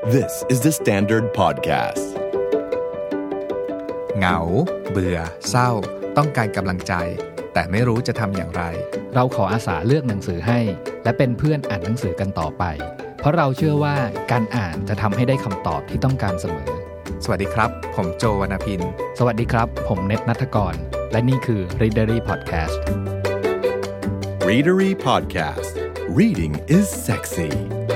This is the Standard Podcast. เหงาเบื่อเศร้าต้องการกำลังใจแต่ไม่รู้จะทำอย่างไรเราขออาสาเลือกหนังสือให้และเป็นเพื่อนอ่านหนังสือกันต่อไปเพราะเราเชื่อว่าการอ่านจะทำให้ได้คำตอบที่ต้องการเสมอสวัสดีครับผมโจวรรณพินสวัสดีครับผมเนตณัฐกรและนี่คือ Readery Podcast Readery Podcast Reading is sexy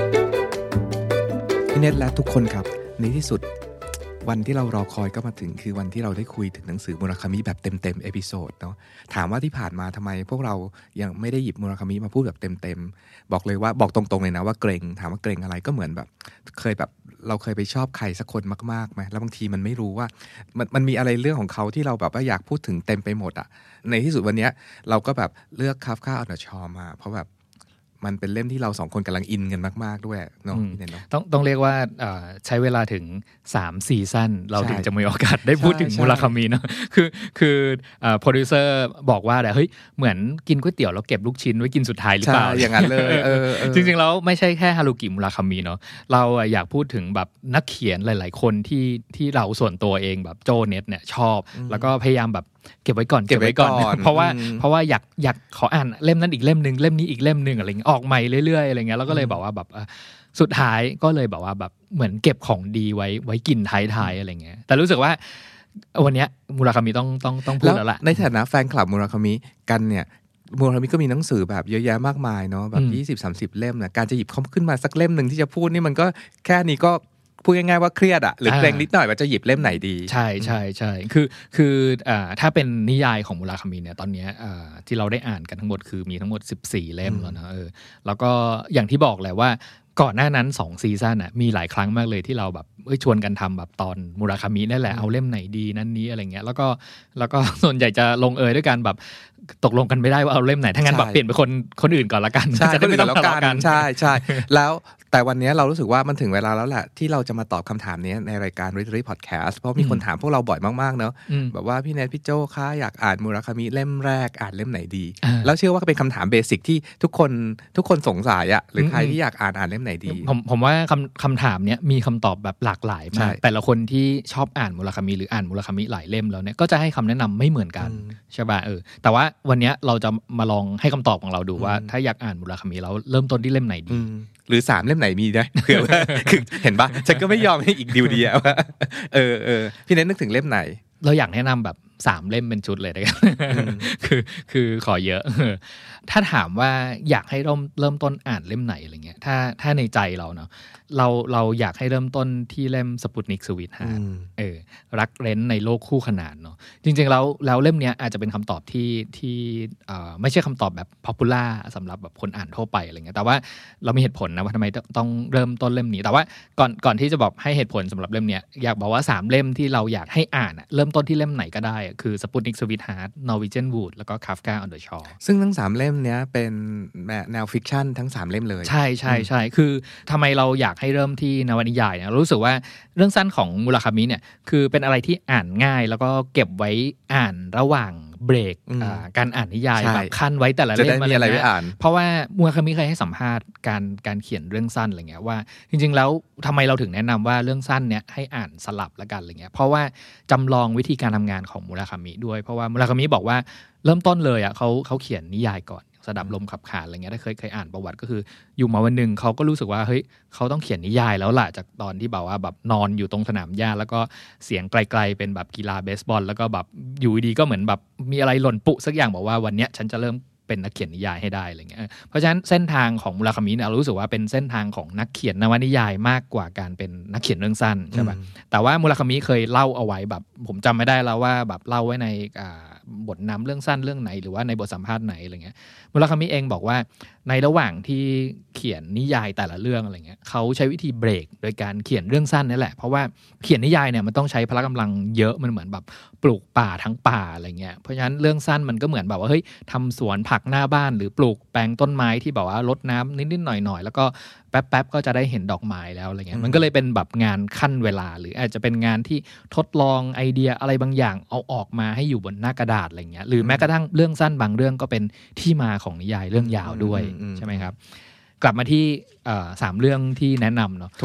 พี่เนตและทุกคนครับในที่สุดวันที่เรารอคอยก็มาถึงคือวันที่เราได้คุยถึงหนังสือมุราคามิแบบเต็มๆเอพิโซดเนาะถามว่าที่ผ่านมาทำไมพวกเรายังไม่ได้หยิบมุราคามิมาพูดแบบเต็มๆบอกเลยว่าบอกตรงๆเลยนะว่าเกรงถามว่าเกรงอะไรก็เหมือนแบบเราเคยไปชอบใครสักคนมากๆไหมแล้วบางทีมันไม่รู้ว่ามันมีอะไรเรื่องของเขาที่เราแบบว่าอยากพูดถึงเต็มไปหมดอ่ะในที่สุดวันนี้เราก็แบบเลือกคาฟคาออนเดอะชอร์มาเพราะแบบมันเป็นเล่มที่เราสองคนกำลังอินกันมากๆด้วยเนาะต้องเรียกว่าใช้เวลาถึง3ซีซั่นเราถึงจะมีโอกาสได้พูดถึงมุราคามิเนาะคือโปรดิวเซอร์บอกว่าเฮ้ยเหมือนกินก๋วยเตี๋ยวแล้วเก็บลูกชิ้นไว้กินสุดท้ายหรือเปล่าอย่างนั้นเลยจริงๆแล้วไม่ใช่แค่ฮารุกิมุราคามิเนาะเราอยากพูดถึงแบบนักเขียนหลายๆคนที่เราส่วนตัวเองแบบโจเน็ตเนี่ยชอบแล้วก็พยายามแบบเก็บไว้ก่อนเพราะว่าอยากขออ่านเล่มนั้นอีกเล่มนึงเล่มนี้อีกเล่มนึงอะไรเงี้ยออกใหม่เรื่อยๆอะไรเงี้ยแล้วก็เลยบอกว่าแบบสุดท้ายก็เลยบอกว่าแบบเหมือนเก็บของดีไว้กินท้ายๆอะไรเงี้ยแต่รู้สึกว่าวันนี้มุราคามิต้องพูดแล้วล่ะในฐานะแฟนคลับมุราคามิกันเนี่ยมุราคามิก็มีหนังสือแบบเยอะแยะมากมายเนาะแบบ 20-30 เล่มนะการจะหยิบเขาขึ้นมาสักเล่มนึงที่จะพูดนี่มันก็แค่นี้ก็พูดง่ายๆว่าเครียดอะหรือเกรงนิดหน่อยว่าจะหยิบเล่มไหนดีใช่คือถ้าเป็นนิยายของมุราคามิเนี่ยตอนนี้ที่เราได้อ่านกันทั้งหมดคือมีทั้งหมด14เล่มแล้วนะแล้วก็อย่างที่บอกแหละว่าก่อนหน้านั้น2ซีซั่นน่ะมีหลายครั้งมากเลยที่เราแบบชวนกันทำแบบตอนมุราคามินั่นแหละเอาเล่มไหนดีนั่นนี้อะไรเงี้ยแล้วก็ส่วนใหญ่จะลงเอยด้วยกันแบบตกลงกันไม่ได้ว่าเอาเล่มไหนถ้างั้นแบบเปลี่ยนเป็นคนอื่นก่อนละกันจะได้ไม่ต้องทะเลาะกันใช่แล้วแต่วันนี้เรารู้สึกว่ามันถึงเวลาแล้วแหละที่เราจะมาตอบคำถามนี้ในรายการ Readery Podcast เพราะมีคนถามพวกเราบ่อยมากๆเนอะแบบว่าพี่เนทพี่โจ้คะอยากอ่านมุราคามิเล่มแรกอ่านเล่มไหนดีแล้วเชื่อว่าเป็นคำถามเบสิกที่ทุกคนสงสัยอะหรือใครที่อยากอ่านเล่มไหนดีผมว่าคำถามเนี้ยมีคำตอบแบบหลากหลายมากแต่ละคนที่ชอบอ่านมุราคามิหรืออ่านมุราคามิหลายเล่มแล้วเนี่ยก็จะให้คำแนะนำไม่เหมือนกันใช่ป่ะแต่ว่าวันนี้เราจะมาลองให้คำตอบของเราดูว่าถ้าอยากอ่านมุราคามิแล้วเริ่มต้นที่เล่มไหนดีหรือ3เล่มไหนมีได้เผื่อว่าคือเห็นปะฉันก็ไม่ยอมให้อีกดิวเดียวพี่เน้นนึกถึงเล่มไหนเราอยากแนะนำแบบ3เล่มเป็นชุดเลยนะครับคือขอเยอะถ้าถามว่าอยากให้เริ่มต้นอ่านเล่มไหนอะไรเงี้ยถ้าในใจเราเนาะเราอยากให้เริ่มต้นที่เล่มสปุตนิกสวีทฮาร์ทรักเร้นในโลกคู่ขนานเนาะจริงๆแล้วเล่มนี้อาจจะเป็นคำตอบที่ไม่ใช่คำตอบแบบป๊อปปูล่าสำหรับแบบคนอ่านทั่วไปอะไรเงี้ยแต่ว่าเรามีเหตุผลนะว่าทำไมต้องเริ่มต้นเล่มนี้แต่ว่าก่อนที่จะบอกให้เหตุผลสำหรับเล่มนี้อยากบอกว่า3เล่มที่เราอยากให้อ่านเริ่มต้นที่เล่มไหนก็ได้คือสปุตนิกสวีทฮาร์ทนอร์วีเจียนวูดแล้วก็คาฟกาออนเดอะชอร์ซึ่งทั้ง3เล่มเนี้ยเป็นแนวฟิกชันทั้ง3เล่มเลยใช่คือทำไมเราอยากให้เริ่มที่นวนิยายเนี่ยรู้สึกว่าเรื่องสั้นของมุราคามิเนี่ยคือเป็นอะไรที่อ่านง่ายแล้วก็เก็บไว้อ่านระหว่างเบรกการอ่านนิยายแบบขั้นไว้แต่ละเล่มอะไรไว้อ่านเพราะว่ามุราคามิเคยให้สัมภาษณ์การเขียนเรื่องสั้นอะไรเงี้ยว่าจริงๆแล้วทำไมเราถึงแนะนำว่าเรื่องสั้นเนี่ยให้อ่านสลับละกันอะไรเงี้ยเพราะว่าจำลองวิธีการทำงานของมุราคามิด้วยเพราะว่ามุราคามิบอกว่าเริ่มต้นเลยเขาเขียนนิยายก่อนสดับลมขับขานอะไรเงี้ยถ้าเคยอ่านประวัติก็คืออยู่มาวันนึงเขาก็รู้สึกว่าเฮ้ยเขาต้องเขียนนิยายแล้วล่ะจากตอนที่แบบว่าแบบนอนอยู่ตรงสนามหญ้าแล้วก็เสียงไกลๆเป็นแบบกีฬาเบสบอลแล้วก็แบบอยู่ดีก็เหมือนแบบมีอะไรหล่นปุสักอย่างบอกว่าวันเนี้ยฉันจะเริ่มเป็นนักเขียนนิยายให้ได้อะไรเงี้ยเพราะฉะนั้นเส้นทางของมุราคามิเนี่ยเรารู้สึกว่าเป็นเส้นทางของนักเขียนนวนิยายมากกว่าการเป็นนักเขียนเรื่องสั้นใช่ป่ะแต่ว่ามุราคามิเคยเล่าเอาไว้แบบผมจำไม่ได้แล้วว่าแบบเล่าไว้ในบทนำเรื่องสั้นเรื่องไหนหรือว่าในบทสัมภาษณ์ไหนอะไรเงี้ยมุราคามิเองบอกว่าในระหว่างที่เขียนนิยายแต่ละเรื่องอะไรเงี้ยเขาใช้วิธีเบรกโดยการเขียนเรื่องสั้นนี่แหละเพราะว่าเขียนนิยายเนี่ยมันต้องใช้พละกำลังเยอะมันเหมือนแบบปลูกป่าทั้งป่าอะไรเงี้ยเพราะฉะนั้นเรื่องสั้นมันก็เหมือนแบบว่าเฮ้ยทำสวนผักหน้าบ้านหรือปลูกแปลงต้นไม้ที่แบบว่ารดน้ำนิดๆหน่อยๆแล้วก็แป๊บๆก็จะได้เห็นดอกไม้แล้วอะไรเงี้ยมันก็เลยเป็นแบบงานขั้นเวลาหรืออาจจะเป็นงานที่ทดลองไอเดียอะไรบางอย่างเอาออกมาให้อยู่บนหน้ากระดาษอะไรเงี้ยหรือแม้กระทั่งเรื่องสั้นบางเรื่องก็เป็นที่มาของนิยายเรื่องยาวด้วยใช่ไหมครับกลับมาที่3เรื่องที่แนะนำเนาะทวนหน่อย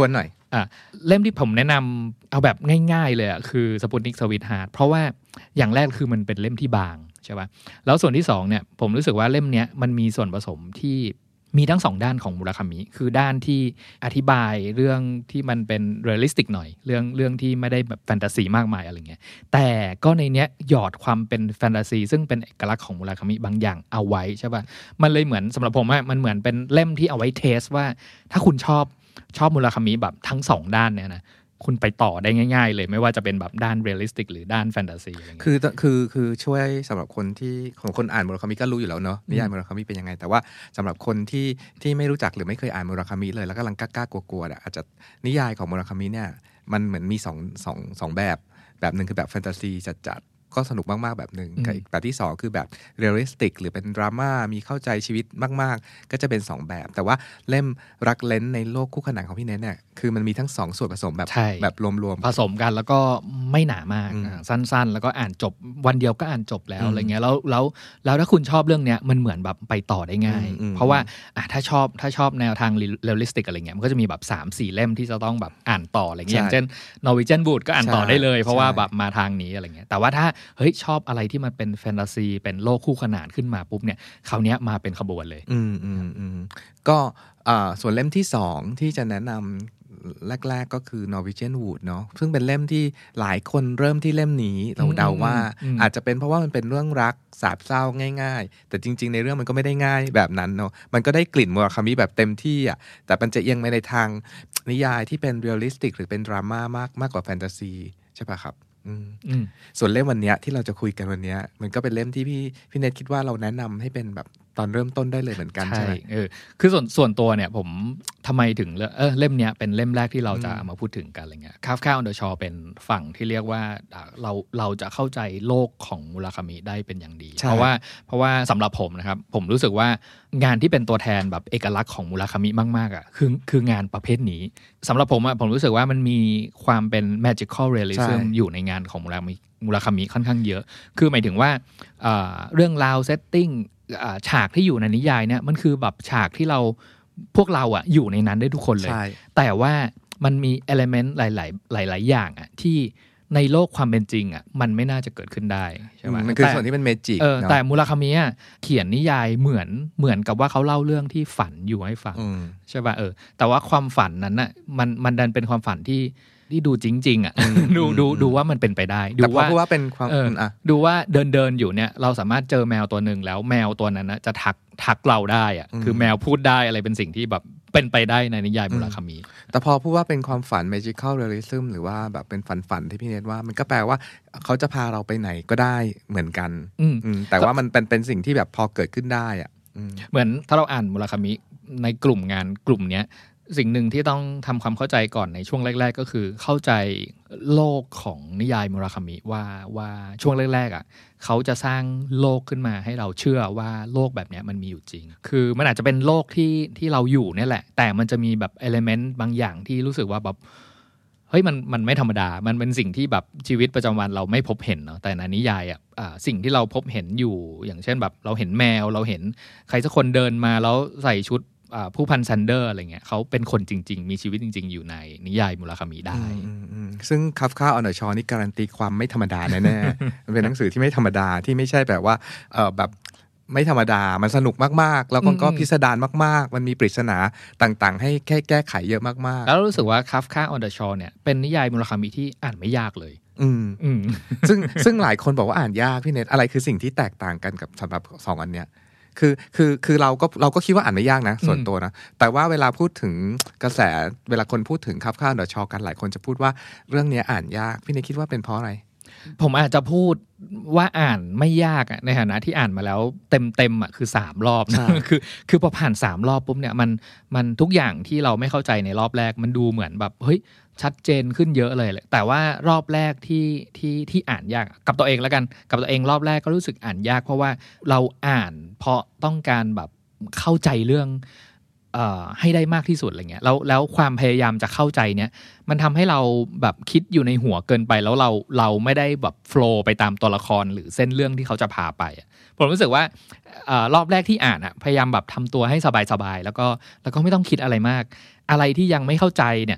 เล่มที่ผมแนะนำเอาแบบง่ายๆเลยอ่ะคือ Sputnik Sweetheart เพราะว่าอย่างแรกคือมันเป็นเล่มที่บางใช่ป่ะแล้วส่วนที่2เนี่ยผมรู้สึกว่าเล่มเนี้ยมันมีส่วนผสมที่มีทั้ง2ด้านของมุราคามิคือด้านที่อธิบายเรื่องที่มันเป็นเรียลลิสติกหน่อยเรื่องที่ไม่ได้แบบแฟนตาซีมากมายอะไรเงี้ยแต่ก็ในเนี้ยหยอดความเป็นแฟนตาซีซึ่งเป็นเอกลักษณ์ของมุราคามิบางอย่างเอาไว้ใช่ป่ะมันเลยเหมือนสำหรับผมมันเหมือนเป็นเล่มที่เอาไว้เทสว่าถ้าคุณชอบมุราคามิแบบทั้ง2ด้านเนี่ยนะคุณไปต่อได้ง่ายๆเลยไม่ว่าจะเป็นแบบด้านเรียลลิสติกหรือด้านแฟนตาซีอะไรเงี้ยคือช่วยสำหรับคนที่ของคนอ่านมุราคามิก็รู้อยู่แล้วเนาะนิยายมุราคามิเป็นยังไงแต่ว่าสำหรับคนที่ไม่รู้จักหรือไม่เคยอ่านมุราคามิเลยแล้วกำลังกล้ากลัวๆอาจจะนิยายของมุราคามิเนี่ยมันเหมือนมีสองแบบนึงคือแบบแฟนตาซีจัดก็สนุกมากๆแบบนึงกับอีกแบบที่2คือแบบเรียลลิสติกหรือเป็นดราม่ามีเข้าใจชีวิตมากๆก็จะเป็น2แบบแต่ว่าเล่มรักเล้นในโลกคู่ขนานของพี่เนทเนี่ยคือมันมีทั้ง2ส่วนผสมแบบรวมผสมกันแล้วก็ไม่หนามากสั้นๆแล้วก็อ่านจบวันเดียวก็อ่านจบแล้วอะไรเงี้ยแล้วถ้าคุณชอบเรื่องเนี้ยมันเหมือนแบบไปต่อได้ง่ายเพราะว่าถ้าชอบแนวทางเรียลลิสติกอะไรเงี้ยมันก็จะมีแบบ 3-4 เล่มที่จะต้องแบบอ่านต่ออะไรเงี้ยอย่างเช่น Norwegian Wood ก็อ่านต่อได้เลยเพราะว่าแบบมาทางนี้อะไรเงี้ยแต่ว่าถ้าเฮ้ยชอบอะไรที่มันเป็นแฟนตาซีเป็นโลกคู่ขนานขึ้นมาปุ๊บเนี่ยคราวนี้มาเป็นขบวนเลยก็ส่วนเล่มที่2ที่จะแนะนำแรกๆก็คือ Norwegian Wood เนาะซึ่งเป็นเล่มที่หลายคนเริ่มที่เล่มนี้เราเดาว่าอาจจะเป็นเพราะว่ามันเป็นเรื่องรักสาบเศร้าง่ายๆแต่จริงๆในเรื่องมันก็ไม่ได้ง่ายแบบนั้นเนาะมันก็ได้กลิ่นมุราคามิแบบเต็มที่อ่ะแต่มันจะเอียงไปในทางนิยายที่เป็นเรียลลิสติกหรือเป็นดราม่ามากกว่าแฟนตาซีใช่ป่ะครับส่วนเล่มวันนี้ที่เราจะคุยกันวันนี้มันก็เป็นเล่มที่พี่เนทคิดว่าเราแนะนำให้เป็นแบบตอนเริ่มต้นได้เลยเหมือนกันใช่ไหมคือส่วนตัวเนี่ยผมทำไมถึงเล่มเนี้ยเป็นเล่มแรกที่เราจะมาพูดถึงกันอะไรเงี้ยKafka on the Shore เป็นฝั่งที่เรียกว่าเราจะเข้าใจโลกของมุราคามิได้เป็นอย่างดีเพราะว่าสำหรับผมนะครับผมรู้สึกว่างานที่เป็นตัวแทนแบบเอกลักษณ์ของมุราคามิมากๆอ่ะคืองานประเภทนี้สำหรับผมรู้สึกว่ามันมีความเป็น magical realism อยู่ในงานของมุราคามิค่อนข้างเยอะคือหมายถึงว่าเรื่องราวเซตติ้งฉากที่อยู่ในนิยายเนี่ยมันคือแบบฉากที่พวกเราอ่ะอยู่ในนั้นได้ทุกคนเลยแต่ว่ามันมีเอลิเมนต์หลายอย่างอ่ะที่ในโลกความเป็นจริงอ่ะมันไม่น่าจะเกิดขึ้นได้ใช่ไหมมันคือส่วนที่เป็นเมจิกแต่มุราคามิอ่ะเขียนนิยายเหมือนกับว่าเขาเล่าเรื่องที่ฝันอยู่ให้ฟังใช่ป่ะแต่ว่าความฝันนั้นอ่ะมันดันเป็นความฝันที่ดูจริงๆอ่ะดูว่ามันเป็นไปได้ดูว่าเป็นความดูว่าเดินอยู่เนี่ยเราสามารถเจอแมวตัวหนึ่งแล้วแมวตัวนั้นนะจะทักเราได้อ่ะคือแมวพูดได้อะไรเป็นสิ่งที่แบบเป็นไปได้ในนิยายมุราคามิแต่พอพูดว่าเป็นความฝัน magical realism หรือว่าแบบเป็นฝันที่พี่เนทว่ามันก็แปลว่าเขาจะพาเราไปไหนก็ได้เหมือนกันแต่ว่ามันเป็นสิ่งที่แบบพอเกิดขึ้นได้อ่ะเหมือนถ้าเราอ่านมุราคามิในกลุ่มงานกลุ่มเนี้ยสิ่งหนึ่งที่ต้องทำความเข้าใจก่อนในช่วงแรกๆก็คือเข้าใจโลกของนิยายมุราคามิว่าช่วงแรกๆอ่ะเขาจะสร้างโลกขึ้นมาให้เราเชื่อว่าโลกแบบนี้มันมีอยู่จริงคือมันอาจจะเป็นโลกที่เราอยู่นี่แหละแต่มันจะมีแบบเอลิเมนต์บางอย่างที่รู้สึกว่าแบบเฮ้ยมันไม่ธรรมดามันเป็นสิ่งที่แบบชีวิตประจำวันเราไม่พบเห็นเนาะแต่ในนิยายอ่ะสิ่งที่เราพบเห็นอยู่อย่างเช่นแบบเราเห็นแมวเราเห็นใครสักคนเดินมาแล้วใส่ชุดผู้พันซันเดอร์อะไรเงี้ยเขาเป็นคนจริงๆมีชีวิตจริงๆอยู่ในนิยายมุราคามิได้ซึ่ง Kafka on the Shore นี่การันตีความไม่ธรรมดาแน่ๆ มันเป็นหนังสือที่ไม่ธรรมดาที่ไม่ใช่แบบว่าแบบไม่ธรรมดามันสนุกมากๆแล้วก็พิสดารมากๆมันมีปริศนาต่างๆให้แค่แก้ไขเยอะมากๆแล้วรู้สึกว่า Kafka on the Shore เนี่ยเป็นนิยายมุราคามิที่อ่านไม่ยากเลยซึ่งหลายคนบอกว่าอ่านยากพี่เนทอะไรคือสิ่งที่แตกต่างกันกับสำหรับ2อันเนี้ยคือเราก็คิดว่าอ่านไม่ยากนะส่วนตัวนะแต่ว่าเวลาพูดถึงกระแสเวลาคนพูดถึงKafka on the Shoreกันหลายคนจะพูดว่าเรื่องนี้อ่านยากพี่เนทคิดว่าเป็นเพราะอะไรผมอาจจะพูดว่าอ่านไม่ยากในฐานะที่อ่านมาแล้วเต็มคือ3รอบนะคือพอผ่าน3รอบปุ๊บเนี่ยมันทุกอย่างที่เราไม่เข้าใจในรอบแรกมันดูเหมือนแบบเฮ้ยชัดเจนขึ้นเยอะเลยแต่ว่ารอบแรกที่อ่านยากกับตัวเองแล้วกันกับตัวเองรอบแรกก็รู้สึกอ่านยากเพราะว่าเราอ่านเพราะต้องการแบบเข้าใจเรื่องให้ได้มากที่สุดอะไรเงี้ยแล้วความพยายามจะเข้าใจเนี่ยมันทำให้เราแบบคิดอยู่ในหัวเกินไปแล้วเราไม่ได้แบบโฟลว์ไปตามตัวละครหรือเส้นเรื่องที่เขาจะพาไปผมรู้สึกว่ารอบแรกที่อ่านพยายามแบบทำตัวให้สบายๆแล้วก็ไม่ต้องคิดอะไรมากอะไรที่ยังไม่เข้าใจเนี่ย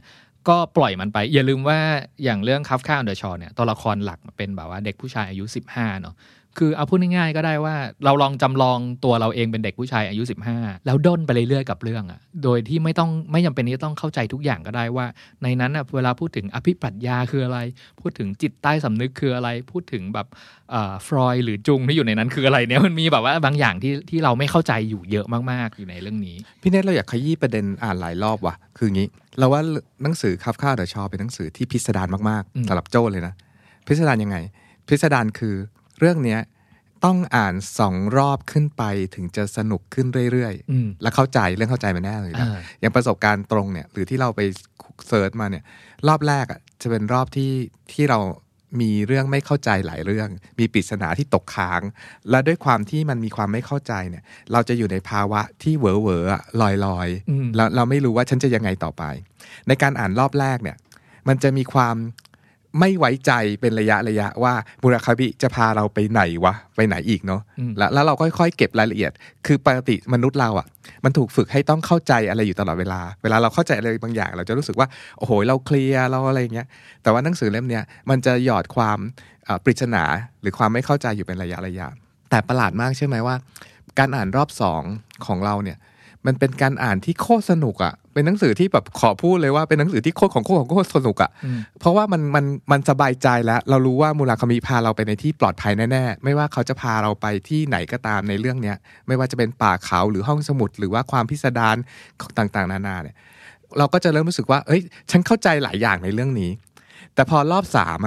ก็ปล่อยมันไปอย่าลืมว่าอย่างเรื่อง Kafka on the Shore เนี่ยตัวละครหลักเป็นแบบว่าเด็กผู้ชายอายุ15เนาะคือเอาพูดง่ายๆก็ได้ว่าเราลองจำลองตัวเราเองเป็นเด็กผู้ชายอายุ15แล้วด้นไปเรื่อยๆกับเรื่องโดยที่ไม่จำเป็นที่จะต้องเข้าใจทุกอย่างก็ได้ว่าในนั้นเวลาพูดถึงอภิปรัชญาคืออะไรพูดถึงจิตใต้สำนึกคืออะไรพูดถึงแบบฟรอยด์หรือจุงที่อยู่ในนั้นคืออะไรเนี่ยมันมีแบบว่าบางอย่างที่เราไม่เข้าใจอยู่เยอะมากๆอยู่ในเรื่องนี้พี่เนทเราอยากขยี้ประเด็นอ่านหลายรอบว่ะคืองี้เราว่าหนังสือ Kafka on the Shore เป็นหนังสือที่พิสดารมากๆสำหรับโจ้เลยนะพิสดารยังไงพิสดารคือเรื่องเนี้ยต้องอ่าน2รอบขึ้นไปถึงจะสนุกขึ้นเรื่อยๆและเข้าใจเรื่องเข้าใจมันแน่เลยนะอย่างประสบการณ์ตรงเนี่ยหรือที่เราไปเซิร์ชมาเนี่ยรอบแรกจะเป็นรอบที่เรามีเรื่องไม่เข้าใจหลายเรื่องมีปริศนาที่ตกค้างและด้วยความที่มันมีความไม่เข้าใจเนี่ยเราจะอยู่ในภาวะที่เหวอๆลอยๆแล้วเราไม่รู้ว่าฉันจะยังไงต่อไปในการอ่านรอบแรกเนี่ยมันจะมีความไม่ไว้ใจเป็นระยะว่ามุราคาบิจะพาเราไปไหนวะไปไหนอีกเนาะแล้วเราค่อยๆเก็บรายละเอียดคือปกติมนุษย์เรามันถูกฝึกให้ต้องเข้าใจอะไรอยู่ตลอดเวลาเราเข้าใจอะไรบางอย่างเราจะรู้สึกว่าโอ้โหเราเคลียร์เราอะไรอย่างเงี้ยแต่ว่าหนังสือเล่มเนี้ยมันจะหยอดความปริศนาหรือความไม่เข้าใจอยู่เป็นระยะแต่ประหลาดมากใช่ไหมว่าการอ่านรอบ2ของเราเนี่ยมันเป็นการอ่านที่โคตรสนุกเป็นหนังสือที่แบบขอพูดเลยว่าเป็นหนังสือที่โคตรสนุกเพราะว่ามันสบายใจแล้วเรารู้ว่ามุราคามิพาเราไปในที่ปลอดภัยแน่ๆไม่ว่าเขาจะพาเราไปที่ไหนก็ตามในเรื่องนี้ไม่ว่าจะเป็นป่าเขาหรือห้องสมุดหรือว่าความพิสดารต่างๆนานาเนี่ยเราก็จะเริ่มรู้สึกว่าเอ้ยฉันเข้าใจหลายอย่างในเรื่องนี้แต่พอรอบ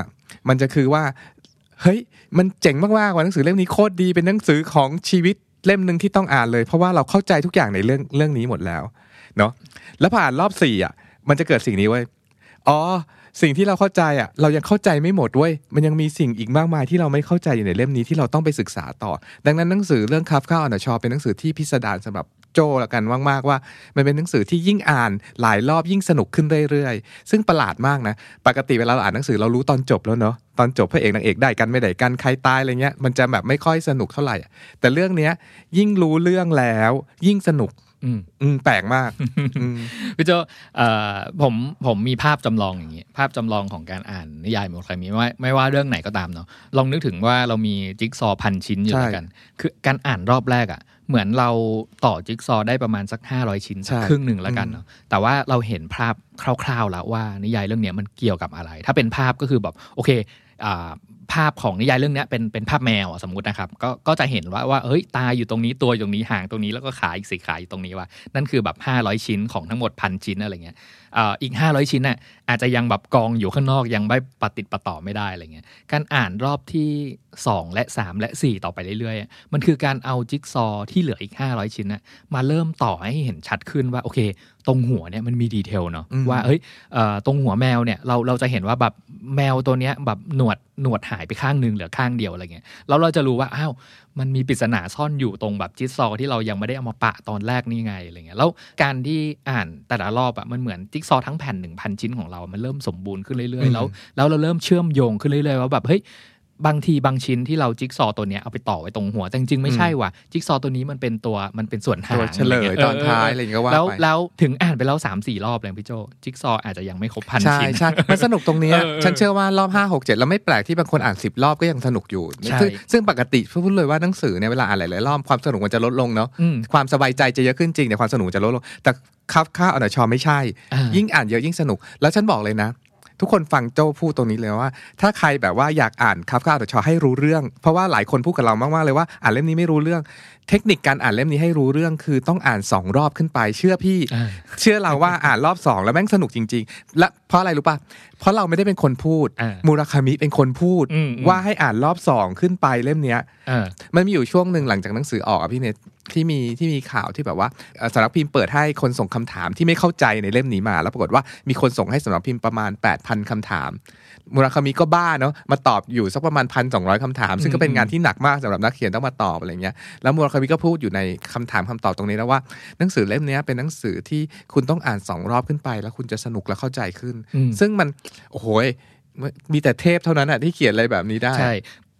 3มันจะคือว่าเฮ้ยมันเจ๋งมากๆว่าหนังสือเล่มนี้โคตรดีเป็นหนังสือของชีวิตเล่มนึงที่ต้องอ่านเลยเพราะว่าเราเข้าใจทุกอย่างในเรื่องนี้หมดแล้วเนาะแล้วผ่านรอบ4มันจะเกิดสิ่งนี้เว้ยสิ่งที่เราเข้าใจเรายังเข้าใจไม่หมดเว้ยมันยังมีสิ่งอีกมากมายที่เราไม่เข้าใจอยู่ในเล่มนี้ที่เราต้องไปศึกษาต่อดังนั้นหนังสือเรื่อง Kafka on the Shore เป็นหนังสือที่พิสดารสำหรับโจ้ละกันมากๆว่ามันเป็นหนังสือที่ยิ่งอ่านหลายรอบยิ่งสนุกขึ้นเรื่อยๆซึ่งประหลาดมากนะปกติเวลาเราอ่านหนังสือเรารู้ตอนจบแล้วเนาะตอนจบพระเอกนางเอกได้กันไม่ได้กันใครตายอะไรเงี้ยมันจะแบบไม่ค่อยสนุกเท่าไหร่แต่เรื่องเนี้ยยิ่งรู้เรื่องแล้วยิ่งสนุกแปลกมากพี่โจผมมีภาพจำลองอย่างนี้ภาพจำลองของการอ่านนิยายมุราคามิไม่ว่าเรื่องไหนก็ตามเนาะลองนึกถึงว่าเรามีจิ๊กซอว์1,000 ชิ้นอยู่ด้วยกันคือการอ่านรอบแรกเหมือนเราต่อจิ๊กซอว์ได้ประมาณสัก500 ชิ้นสักครึ่งหนึ่งแล้วกันเนาะแต่ว่าเราเห็นภาพคร่าวๆแล้วว่านิยายเรื่องนี้มันเกี่ยวกับอะไรถ้าเป็นภาพก็คือแบบโอเคภาพของนิยายเรื่องนี้เป็นภาพแมวสมมุตินะครับก็จะเห็นว่าเฮ้ยตาอยู่ตรงนี้ตัวอยู่ตรงนี้หางตรงนี้แล้วก็ขาอีก4 ขาอยู่ตรงนี้ว่านั่นคือแบบ500 ชิ้นของทั้งหมด 1,000 ชิ้นอะไรเงี้ยอีก500 ชิ้นอาจจะยังแบบกองอยู่ข้างนอกยังไม่ปะติดปะต่อไม่ได้อะไรเงี้ยการอ่านรอบที่2และ3และ4ต่อไปเรื่อยๆมันคือการเอาจิ๊กซอว์ที่เหลืออีก500 ชิ้นมาเริ่มต่อให้เห็นชัดขึ้นว่าโอเคตรงหัวเนี่ยมันมีดีเทลเนาะว่าเฮ้ยตรงหัวแมวเนี่ยเราจะเห็นว่าแบบแมวตัวเนี้ยแบบหนวดหายไปข้างนึงเหลือข้างเดียวอะไรเงี้ยแล้วเราจะรู้ว่าอ้าวมันมีปริศนาซ่อนอยู่ตรงแบบจิ๊กซอว์ที่เรายังไม่ได้เอามาปะตอนแรกนี่ไงอะไรเงี้ยแล้วการที่อ่านแต่ละรอบมันเหมือนจิ๊กซอว์ทั้งแผ่น 1,000 ชิ้นของเรามันเริ่มสมบูรณ์ขึ้นเรื่อยๆแล้วเราเริ่มเชื่อมโยงขึ้นเรื่อยๆว่าแบบเฮ้ยบางชิ้นที่เราจิ๊กซอว์ตัวเนี้ยเอาไปต่อไว้ตรงหัวแต่จริงๆไม่ใช่ว่ะจิ๊กซอว์ตัวนี้มันเป็นส่วนหางเฉลยตอนท้ายอะไรอย่างเงี้ยว่าไปแล้วถึงอ่านไปแล้ว 3-4 รอบเลยพี่โจจิ๊กซอว์อาจจะยังไม่ครบ 1,000 ชิ้นใช่มันสนุกตรงนี้ฉันเชื่อว่ารอบ5 6 7แล้วไม่แปลกที่บางคนอ่าน10 รอบก็ยังสนุกอยู่ซึ่งปกติพูดเลยว่าหนังสือเนี่ยเวลาอ่านหลายๆรอบความสนุกมันจะลดลงเนาะความสบายใจจะเยอะขึ้นจริงแต่ความสนุกจะลดลงแต่Kafka on the Shoreไม่ใช่ยิ่งอ่านเยอะยิ่งสนุกแล้วฉันบอกเลยนะทุกคนฟังโจ้พูดตรงนี้เลยว่าถ้าใครแบบว่าอยากอ่าน Kafka on the Shore ให้รู้เรื่องเพราะว่าหลายคนพูดกับเรามากๆเลยว่าอ่านเล่มนี้ไม่รู้เรื่องเทคนิคการอ่านเล่มนี้ให้รู้เรื่องคือต้องอ่าน2 รอบขึ้นไปเชื่อพี่เชื่อเราว่าอ่านรอบ2แล้วแม่งสนุกจริงๆและเพราะอะไรรู้ป่ะเพราะเราไม่ได้เป็นคนพูดมุราคามิเป็นคนพูดว่าให้อ่านรอบ2ขึ้นไปเล่มเนี้ยมันมีอยู่ช่วงนึงหลังจากหนังสือออกพี่เนทที่มีข่าวที่แบบว่าสำนักพิมพ์เปิดให้คนส่งคำถามที่ไม่เข้าใจในเล่มนี้มาแล้วปรากฏว่ามีคนส่งให้สำนักพิมพ์ประมาณ 8,000 คำถามมุราคามิก็บ้าเนาะมาตอบอยู่สักประมาณ 1,200 คำถามซึ่งก็เป็นงานที่หนักมากสำหรับนักเขียนต้องมาตอบอะไรเงี้ยแล้วมุราคามิก็พูดอยู่ในคำถามคำตอบตรงนี้แล้วว่าหนังสือเล่มนี้เป็นหนังสือที่คุณต้องอ่าน2 รอบขึ้นไปแล้วคุณจะสนุกและเข้าใจขึ้นซึ่งมันโอ้โหมีแต่เทพเท่านั้นที่เขียนอะไรแบบนี้ได้ใช่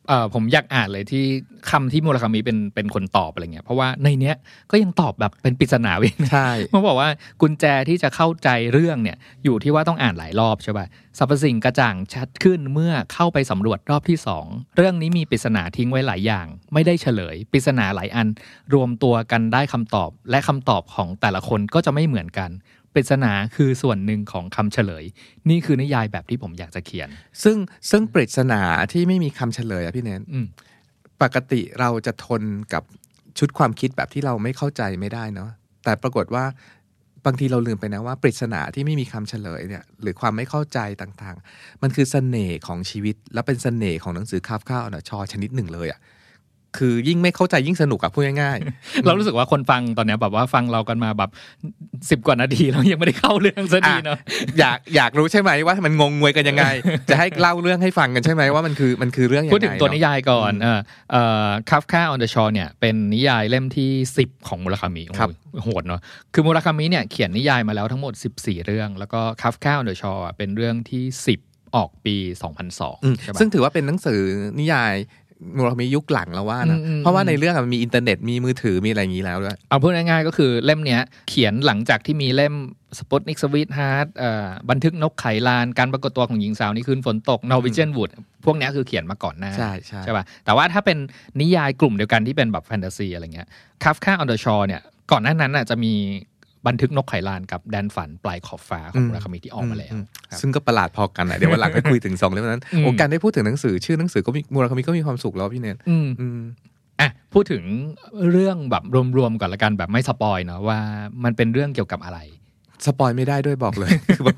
ผมอยากอ่านเลยที่คำที่มูราคามิเป็นคนตอบอะไรเงี้ยเพราะว่าในเนี้ยก็ยังตอบแบบเป็นปริศนาเองใช่เขาบอกว่ากุญแจที่จะเข้าใจเรื่องเนี่ยอยู่ที่ว่าต้องอ่านหลายรอบใช่ป่ะสรรพสิ่งกระจ่างชัดขึ้นเมื่อเข้าไปสำรวจรอบที่2เรื่องนี้มีปริศนาทิ้งไว้หลายอย่างไม่ได้เฉลยปริศนาหลายอันรวมตัวกันได้คำตอบและคำตอบของแต่ละคนก็จะไม่เหมือนกันปริศนาคือส่วนหนึ่งของคำเฉลยนี่คือนิยายแบบที่ผมอยากจะเขียนซึ่งปริศนาที่ไม่มีคำเฉลยอะพี่เน้นปกติเราจะทนกับชุดความคิดแบบที่เราไม่เข้าใจไม่ได้เนาะแต่ปรากฏว่าบางทีเราลืมไปนะว่าปริศนาที่ไม่มีคำเฉลยเนี่ยหรือความไม่เข้าใจต่างๆมันคือเสน่ห์ของชีวิตและเป็นเสน่ห์ของหนังสือคาฟคาออนชอชนิดหนึ่งเลยอะคือยิ่งไม่เข้าใจยิ่งสนุกอะพูดง่ายๆ เรารู้สึกว่าคนฟังตอนนี้แบบว่าฟังเรากันมาแบบ10 กว่านาทีแล้วยังไม่ได้เข้าเรื่องซะดีเนาะอยากรู้ใช่ไหมว่ามันงงงวยกันยังไง จะให้เล่าเรื่องให้ฟังกันใช่ไหมว่ามันคือเรื่องยังไงพูดถึงตัวนิยายก่อนKafka on the Shore เนี่ยเป็นนิยายเล่มที่10ของมูราคามิโหดเนาะคือมูราคามิเนี่ยเขียนนิยายมาแล้วทั้งหมด14เรื่องแล้วก็ Kafka on the Shore เป็นเรื่องที่10ออกปี2002ใช่ป่ะซึ่งถือว่าเป็นหนังสือนิยายมูราคามิยุคหลังแล้วว่านะเพราะว่าในเรื่องมันมีอินเทอร์เน็ตมีมือถือมีอะไรอย่างนี้แล้วด้วยเอาพูดง่ายๆก็คือเล่มเนี้ยเขียนหลังจากที่มีเล่ม Sputnik Sweetheart บันทึกนกไขลานการปรากฏตัวของหญิงสาวในคืนฝนตก Norwegian Wood พวกนี้คือเขียนมาก่อนหน้าใช่ป่ะแต่ว่าถ้าเป็นนิยายกลุ่มเดียวกันที่เป็นแบบแฟนตาซีอะไรเงี้ย Kafka on the Shore เนี่ยก่อนหน้านั้นจะมีบันทึกนกไขลานกับแดนฝันปลายขอบฟ้าของมูราคามิที่ออกมาแล้วซึ่งก็ประหลาดพอกันนะเดี๋ยววันหลังไปคุยถึง2เล่มนั้นการได้พูดถึงหนังสือชื่อหนังสือก็มีมูราคามิก็มีความสุขแล้วพี่เนทพูดถึงเรื่องแบบรวมๆก่อนละกันแบบไม่สปอยเนาะว่ามันเป็นเรื่องเกี่ยวกับอะไรสปอยไม่ได้ด้วยบอกเลย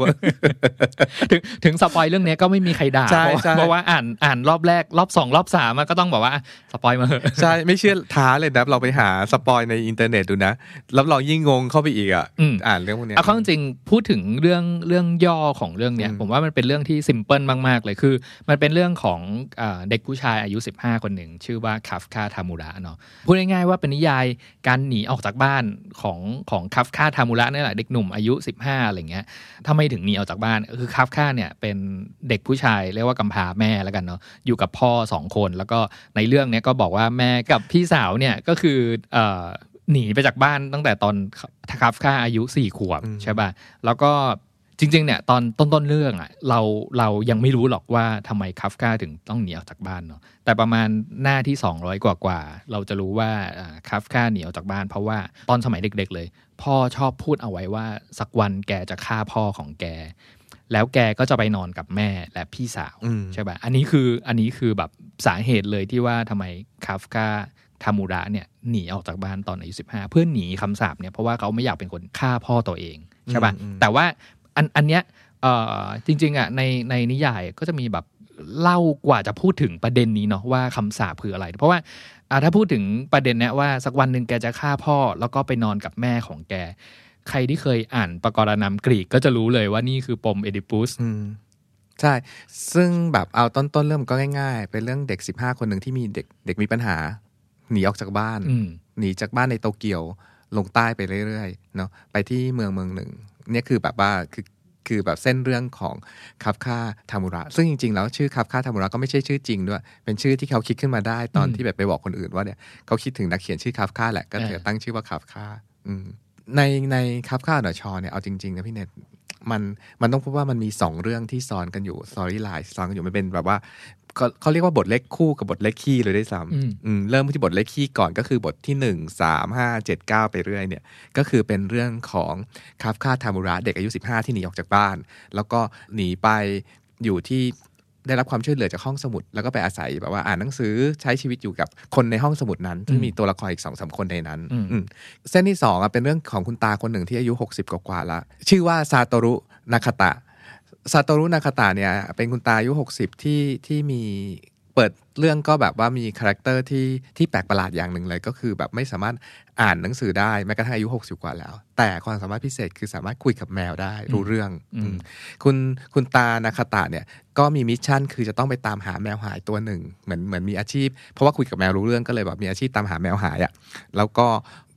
ถึงสปอยเรื่องนี้ก็ไม่มีใครด่าเพราะว่าอ่านรอบแรกรอบ2รอบ3ก็ต้องบอกว่าสปอยมาใช่ไม่เชื่อท้าเลยนะเราไปหาสปอยในอินเทอร์เน็ตดูนะรับรองยิ่งงงเข้าไปอีกอ่านเรื่องพวกนี้เอาเข้าจริงพูดถึงเรื่องย่อของเรื่องเนี้ยผมว่ามันเป็นเรื่องที่ซิมเพิลมากๆเลยคือมันเป็นเรื่องของเด็กผู้ชายอายุ15คนหนึ่งชื่อว่าคาฟคาทามูระเนาะพูดง่ายๆว่าเป็นนิยายการหนีออกจากบ้านของคาฟคาทามูระนี่แหละเด็กหนุ่มอายุ15อะไรเงี้ยทำไมถึงหนีออกจากบ้านคือคาฟคาเนี่ยเป็นเด็กผู้ชายเรียกว่ากำพร้าแม่แล้วกันเนาะอยู่กับพ่อ2คนแล้วก็ในเรื่องเนี้ยก็บอกว่าแม่กับพี่สาวเนี่ยก็คือหนีไปจากบ้านตั้งแต่ตอนคาฟคาอายุ4 ขวบใช่ป่ะแล้วก็จริงๆเนี่ยตอนต้นเรื่องเรายังไม่รู้หรอกว่าทำไมคาฟคาถึงต้องหนีออกจากบ้านเนาะแต่ประมาณหน้าที่200กว่าเราจะรู้ว่าคาฟคาหนีออกจากบ้านเพราะว่าตอนสมัยเด็กๆเลยพ่อชอบพูดเอาไว้ว่าสักวันแกจะฆ่าพ่อของแกแล้วแกก็จะไปนอนกับแม่และพี่สาวใช่ป่ะอันนี้คือแบบสาเหตุเลยที่ว่าทำไมคาฟคาทามูระเนี่ยหนีออกจากบ้านตอนอายุ15เพื่อหนีคำสาปเนี่ยเพราะว่าเขาไม่อยากเป็นคนฆ่าพ่อตัวเองใช่ป่ะแต่ว่าอันเนี้ยจริงๆในนิยายก็จะมีแบบเล่ากว่าจะพูดถึงประเด็นนี้เนาะว่าคำสาปคืออะไรเพราะว่าถ้าพูดถึงประเด็นเนี้ยว่าสักวันหนึ่งแกจะฆ่าพ่อแล้วก็ไปนอนกับแม่ของแกใครที่เคยอ่านปกรณำกรีกก็จะรู้เลยว่านี่คือปมเอดิปุสใช่ซึ่งแบบเอาต้นเริ่มก็ง่ายๆเป็นเรื่องเด็ก15คนหนึ่งที่มีเด็กมีปัญหาหนีออกจากบ้านหนีจากบ้านในโตเกียวลงใต้ไปเรื่อยๆเนาะไปที่เมืองหนึ่งเนี่ยคือแบบว่าคือแบบเส้นเรื่องของคาฟคาทามูระซึ่งจริงๆแล้วชื่อคาฟคาทามูระก็ไม่ใช่ชื่อจริงด้วยเป็นชื่อที่เขาคิดขึ้นมาได้ตอนที่แบบไปบอกคนอื่นว่าเนี่ยเขาคิดถึงนักเขียนชื่อคาฟคาแหละก็เลยตั้งชื่อว่าคาฟคาในคาฟคาออนชอเนี่ยเอาจริงๆนะพี่เนทมันต้องพูดว่ามันมี2เรื่องที่ซ้อนกันอยู่สตอรี่ไลน์ซ้อนกันอยู่มันเป็นแบบว่าเขาเรียกว่าบทเลขคู่กับบทเลขคี่เลยด้วยซ้ำเริ่มที่บทเลขคี่ก่อนก็คือบทที่1 3 5 7 9ไปเรื่อยเนี่ยก็คือเป็นเรื่องของคาฟคาทามูระเด็กอายุ15ที่หนีออกจากบ้านแล้วก็หนีไปอยู่ที่ได้รับความช่วยเหลือจากห้องสมุดแล้วก็ไปอาศัยแบบว่าอ่านหนังสือใช้ชีวิตอยู่กับคนในห้องสมุดนั้นที่มีตัวละครอีก 2-3 คนในนั้นเส้นที่2เป็นเรื่องของคุณตาคนหนึ่งที่อายุ60กว่าแล้วชื่อว่าซาโตรุนาคาตะซาโตรุนาคาตะเนี่ยเป็นคุณตาอายุ60ที่มีเปิดเรื่องก็แบบว่ามีคาแรคเตอร์ที่แปลกประหลาดอย่างหนึ่งเลยก็คือแบบไม่สามารถอ่านหนังสือได้แม้กระทั่งอายุ60กว่าแล้วแต่ความสามารถพิเศษคือสามารถคุยกับแมวได้รู้เรื่องคุณตานาคาตะเนี่ยก็มีมิชชั่นคือจะต้องไปตามหาแมวหายตัวหนึ่งเหมือนมีอาชีพเพราะว่าคุยกับแมวรู้เรื่องก็เลยแบบมีอาชีพตามหาแมวหายอ่ะแล้วก็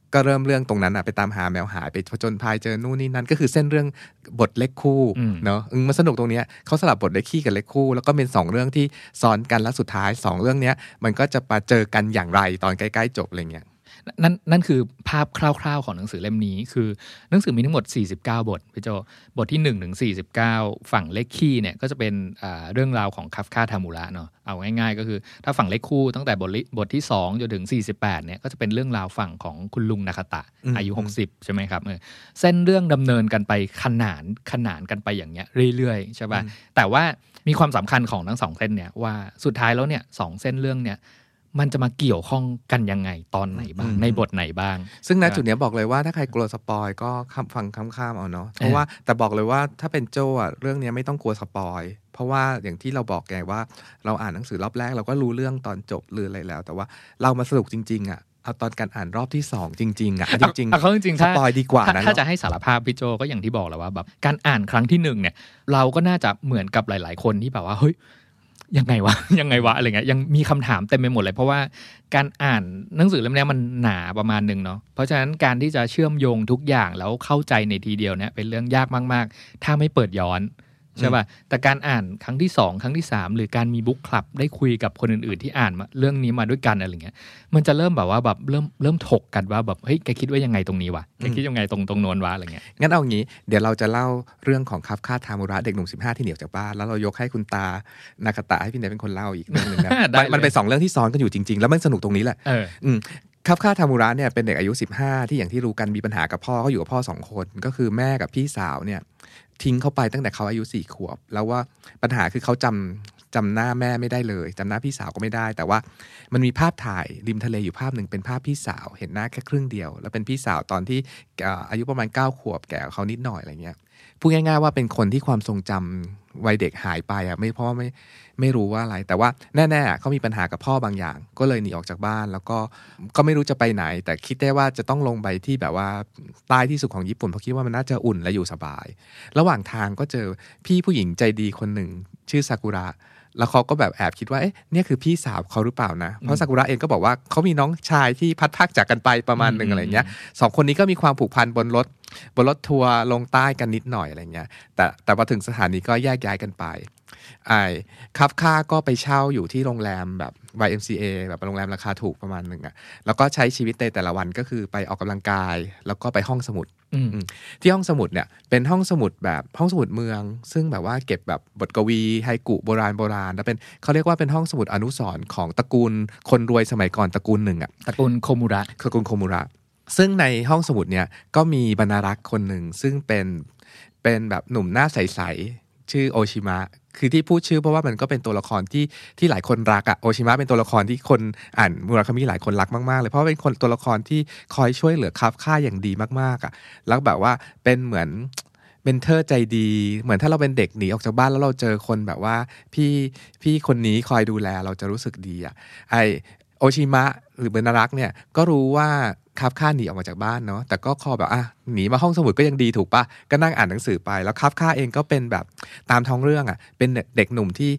ก็เริ่มเรื่องตรงนั้นไปตามหาแมวหายไปผจญภัยเจอนู่นนี่นั่นก็คือเส้นเรื่องบทเลขคู่เนาะมันสนุกตรงนี้เขาสลับบทเลขคี่กับเลขคู่แล้วก็เป็น2เรื่องที่ซ้อนกันแล้วสุดท้าย2เรื่องนี้มันก็จะมาเจอกันอย่างไรตอนใกล้ๆจบอะไรเงี้ยนั่นคือภาพคร่าวๆของหนังสือเล่มนี้คือหนังสือมีทั้งหมด49บทพี่โจบทที่1ถึง49ฝั่งเลขคี่เนี่ยก็จะเป็นเรื่องราวของคัฟคาทามุระเนาะเอาง่ายๆก็คือถ้าฝั่งเลขคู่ตั้งแต่บทที่2จนถึง48เนี่ยก็จะเป็นเรื่องราวฝั่งของคุณลุงนาคาตะอายุ60ใช่ไหมครับเส้นเรื่องดำเนินกันไปขนานกันไปอย่างเงี้ยเรื่อยๆใช่ป่ะแต่ว่ามีความสำคัญของทั้ง2เส้นเนี่ยว่าสุดท้ายแล้วเนี่ย2เส้นเรื่องเนี่ยมันจะมาเกี่ยวข้องกันยังไงตอนไหนบ้างในบทไหนบ้างซึ่งณจุดนี้บอกเลยว่าถ้าใครกลัวสปอยก็ฟังข้ามๆเอาเนาะเพราะว่าแต่บอกเลยว่าถ้าเป็นโจ้เรื่องนี้ไม่ต้องกลัวสปอยเพราะว่าอย่างที่เราบอกแกว่าเราอ่านหนังสือรอบแรกเราก็รู้เรื่องตอนจบหรืออะไรแล้วแต่ว่าเรามาสรุปจริงๆเอาตอนการอ่านรอบที่2จริงๆจริงๆสปอยดีกว่านะถ้าจะให้สารภาพพี่โจก็อย่างที่บอกแหละว่าแบบการอ่านครั้งที่1เนี่ยเราก็น่าจะเหมือนกับหลายๆคนที่แบบว่าเฮ้ยยังไงวะอะไรเงี้ยยังมีคำถามเต็มไปหมดเลยเพราะว่าการอ่านหนังสือเล่มนี้มันหนาประมาณนึงเนาะเพราะฉะนั้นการที่จะเชื่อมโยงทุกอย่างแล้วเข้าใจในทีเดียวเนี่ยเป็นเรื่องยากมากๆถ้าไม่เปิดย้อนใช่ป่ะแต่การอ่านครั้งที่2ครั้งที่3หรือการมีบุ๊กคลับได้คุยกับคนอื่นๆที่อ่านเรื่องนี้มาด้วยกันอะไรเงี้ยมันจะเริ่มแบบว่าแบบเริ่มถกกันว่าแบบเฮ้ยแกคิดว่ายังไงตรงนี้วะแกคิดยังไงตรงโน้นวะอะไรเงี้ยงั้นเอางี้เดี๋ยวเราจะเล่าเรื่องของคัฟคาทามุระเด็กหนุ่ม15ที่หนีออกจากบ้านแล้วเรายกให้คุณตานาคาตะให้พี่เนยเป็นคนเล่าอีกเรื่องนึงนะ มันเป็น2เรื่องที่ซ้อนกันอยู่จริงๆแล้วมันสนุกตรงนี้แหละคัฟคาทามุระเนี่ยเป็นเด็กอายุ15ที่อย่างที่รู้กันมีปัญหากับพ่อเขาอยู่กับพ่อ2คนก็คือแม่กับพี่สาวเนี่ยทิ้งเขาไปตั้งแต่เขาอายุ4 ขวบแล้วว่าปัญหาคือเขาจำหน้าแม่ไม่ได้เลยจำหน้าพี่สาวก็ไม่ได้แต่ว่ามันมีภาพถ่ายริมทะเลอยู่ภาพหนึ่งเป็นภาพพี่สาวเห็นหน้าแค่ครึ่งเดียวแล้วเป็นพี่สาวตอนที่อายุประมาณ9 ขวบแก่เขานิดหน่อยอะไรเงี้ยพูดง่ายๆว่าเป็นคนที่ความทรงจำวัยเด็กหายไปไม่เพราะว่าไม่รู้ว่าอะไรแต่ว่าแน่ๆเขามีปัญหากับพ่อบางอย่างก็เลยหนีออกจากบ้านแล้วก็ไม่รู้จะไปไหนแต่คิดได้ว่าจะต้องลงไปที่แบบว่าใต้ที่สุดของญี่ปุ่นเพราะคิดว่ามันน่าจะอุ่นและอยู่สบายระหว่างทางก็เจอพี่ผู้หญิงใจดีคนหนึ่งชื่อซากุระแล้วเขาก็แบบแอบคิดว่าเนี่ยคือพี่สาวเขาหรือเปล่านะเพราะซากุระเองก็บอกว่าเขามีน้องชายที่พัดพรากจากกันไปประมาณนึงอะไรเงี้ย2คนนี้ก็มีความผูกพันบนรถทัวร์ลงใต้กันนิดหน่อยอะไรเงี้ยแต่พอถึงสถานีก็แยกย้ายกันไปคัฟคาก็ไปเช่าอยู่ที่โรงแรมแบบ YMCA แบบโรงแรมราคาถูกประมาณนึงแล้วก็ใช้ชีวิตในแต่ละวันก็คือไปออกกำลังกายแล้วก็ไปห้องสมุดที่ห้องสมุดเนี่ยเป็นห้องสมุดแบบห้องสมุดเมืองซึ่งแบบว่าเก็บแบบบทกวีไฮกุโบราณแล้วเป็นเขาเรียกว่าเป็นห้องสมุดอนุสรณ์ของตระกูลคนรวยสมัยก่อนตระกูลหนึ่งตระกูลโคมุระซึ่งในห้องสมุดเนี่ยก็มีบรรณารักษ์คนหนึ่งซึ่งเป็นแบบหนุ่มหน้าใสๆชื่อโอชิมะคือที่พูดชื่อเพราะว่ามันก็เป็นตัวละครที่หลายคนรักโอชิมะเป็นตัวละครที่คนอ่านมุราคามิหลายคนรักมากๆเลยเพราะเป็นคนตัวละครที่คอยช่วยเหลือคัฟคาอย่างดีมากๆแล้วแบบว่าเป็นเหมือนเมนเทอร์ใจดีเหมือนถ้าเราเป็นเด็กหนีออกจากบ้านแล้วเราเจอคนแบบว่าพี่คนนี้คอยดูแลเราจะรู้สึกดีไอโอชิมะหรือบรรณารักษ์เนี่ยก็รู้ว่าคัฟคาหนีออกมาจากบ้านเนาะแต่ก็แบบหนีมาห้องสมุดก็ยังดีถูกปะก็นั่งอ่านหนังสือไปแล้วคัฟคาเองก็เป็นแบบตามท้องเรื่องเป็นเด็กหนุ่มที่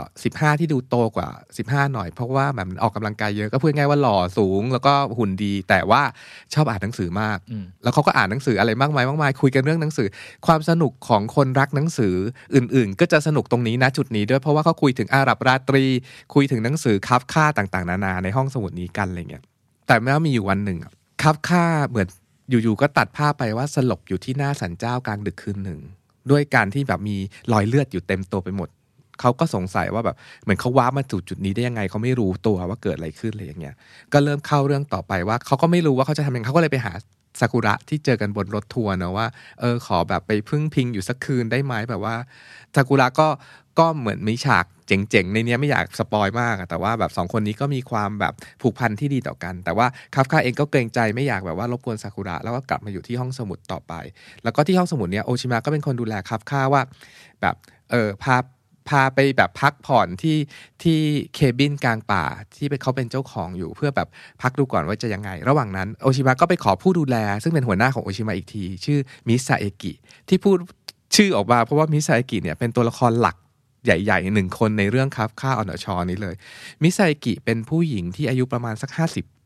15ที่ดูโตกว่า15หน่อยเพราะว่าแบบออกกำลังกายเยอะก็พูดง่ายว่าหล่อสูงแล้วก็หุ่นดีแต่ว่าชอบอ่านหนังสือมากแล้วเขาก็อ่านหนังสืออะไรมากมายคุยกันเรื่องหนังสือความสนุกของคนรักหนังสืออื่นๆก็จะสนุกตรงนี้นะจุดนี้ด้วยเพราะว่าเขาคุยถึงอาหรับราตรีคุยถึงหนังสือคัฟคาต่างๆนานาในห้องสมุดนี้กันอะไรเงี้ยแต่เมื่อมีอยู่วันหนึ่งคัฟคาเหมือนอยู่ๆก็ตัดภาพไปว่าสลบอยู่ที่หน้าศาลเจ้ากลางดึกคืนหนึ่งด้วยการที่แบบมีรอยเลือดอยู่เต็มตัวไปหมดเขาก็สงสัยว่าแบบเหมือนเขาว้ามาสู่จุดนี้ได้ยังไงเขาไม่รู้ตัวว่าเกิดอะไรขึ้นอะไรอย่างเงี้ยก็เริ่มเข้าเรื่องต่อไปว่าเขาก็ไม่รู้ว่าเขาจะทำยังไงเขาก็เลยไปหาซากุระที่เจอกันบนรถทัวร์นะว่าขอแบบไปพึ่งพิงอยู่สักคืนได้ไหมแบบว่าซากุระก็เหมือนมีฉากเจ๋งๆในนี้ไม่อยากสปอยมากแต่ว่าแบบ2คนนี้ก็มีความแบบผูกพันที่ดีต่อกันแต่ว่าคัฟคาเองก็เกรงใจไม่อยากแบบว่ารบกวนซากุระแล้วก็กลับมาอยู่ที่ห้องสมุดต่อไปแล้วก็ที่ห้องสมุดเนี้ยโอชิมะก็เป็นคนดูแลคัฟคาว่าแบบพาไปแบบพักผ่อนที่เคบินกลางป่าที่เขาเป็นเจ้าของอยู่เพื่อแบบพักดูก่อนว่าจะยังไงระหว่างนั้นโอชิมะก็ไปขอผู้ดูแลซึ่งเป็นหัวหน้าของโอชิมะอีกทีชื่อมิซาเอกิที่พูดชื่อออกมาเพราะว่ามิซาเอกิเนี่ยเป็นตัวละครหลักใหญ่ๆ1คนในเรื่องคัฟคาออนชอนี้เลยมิซาเอกิเป็นผู้หญิงที่อายุประมาณสัก50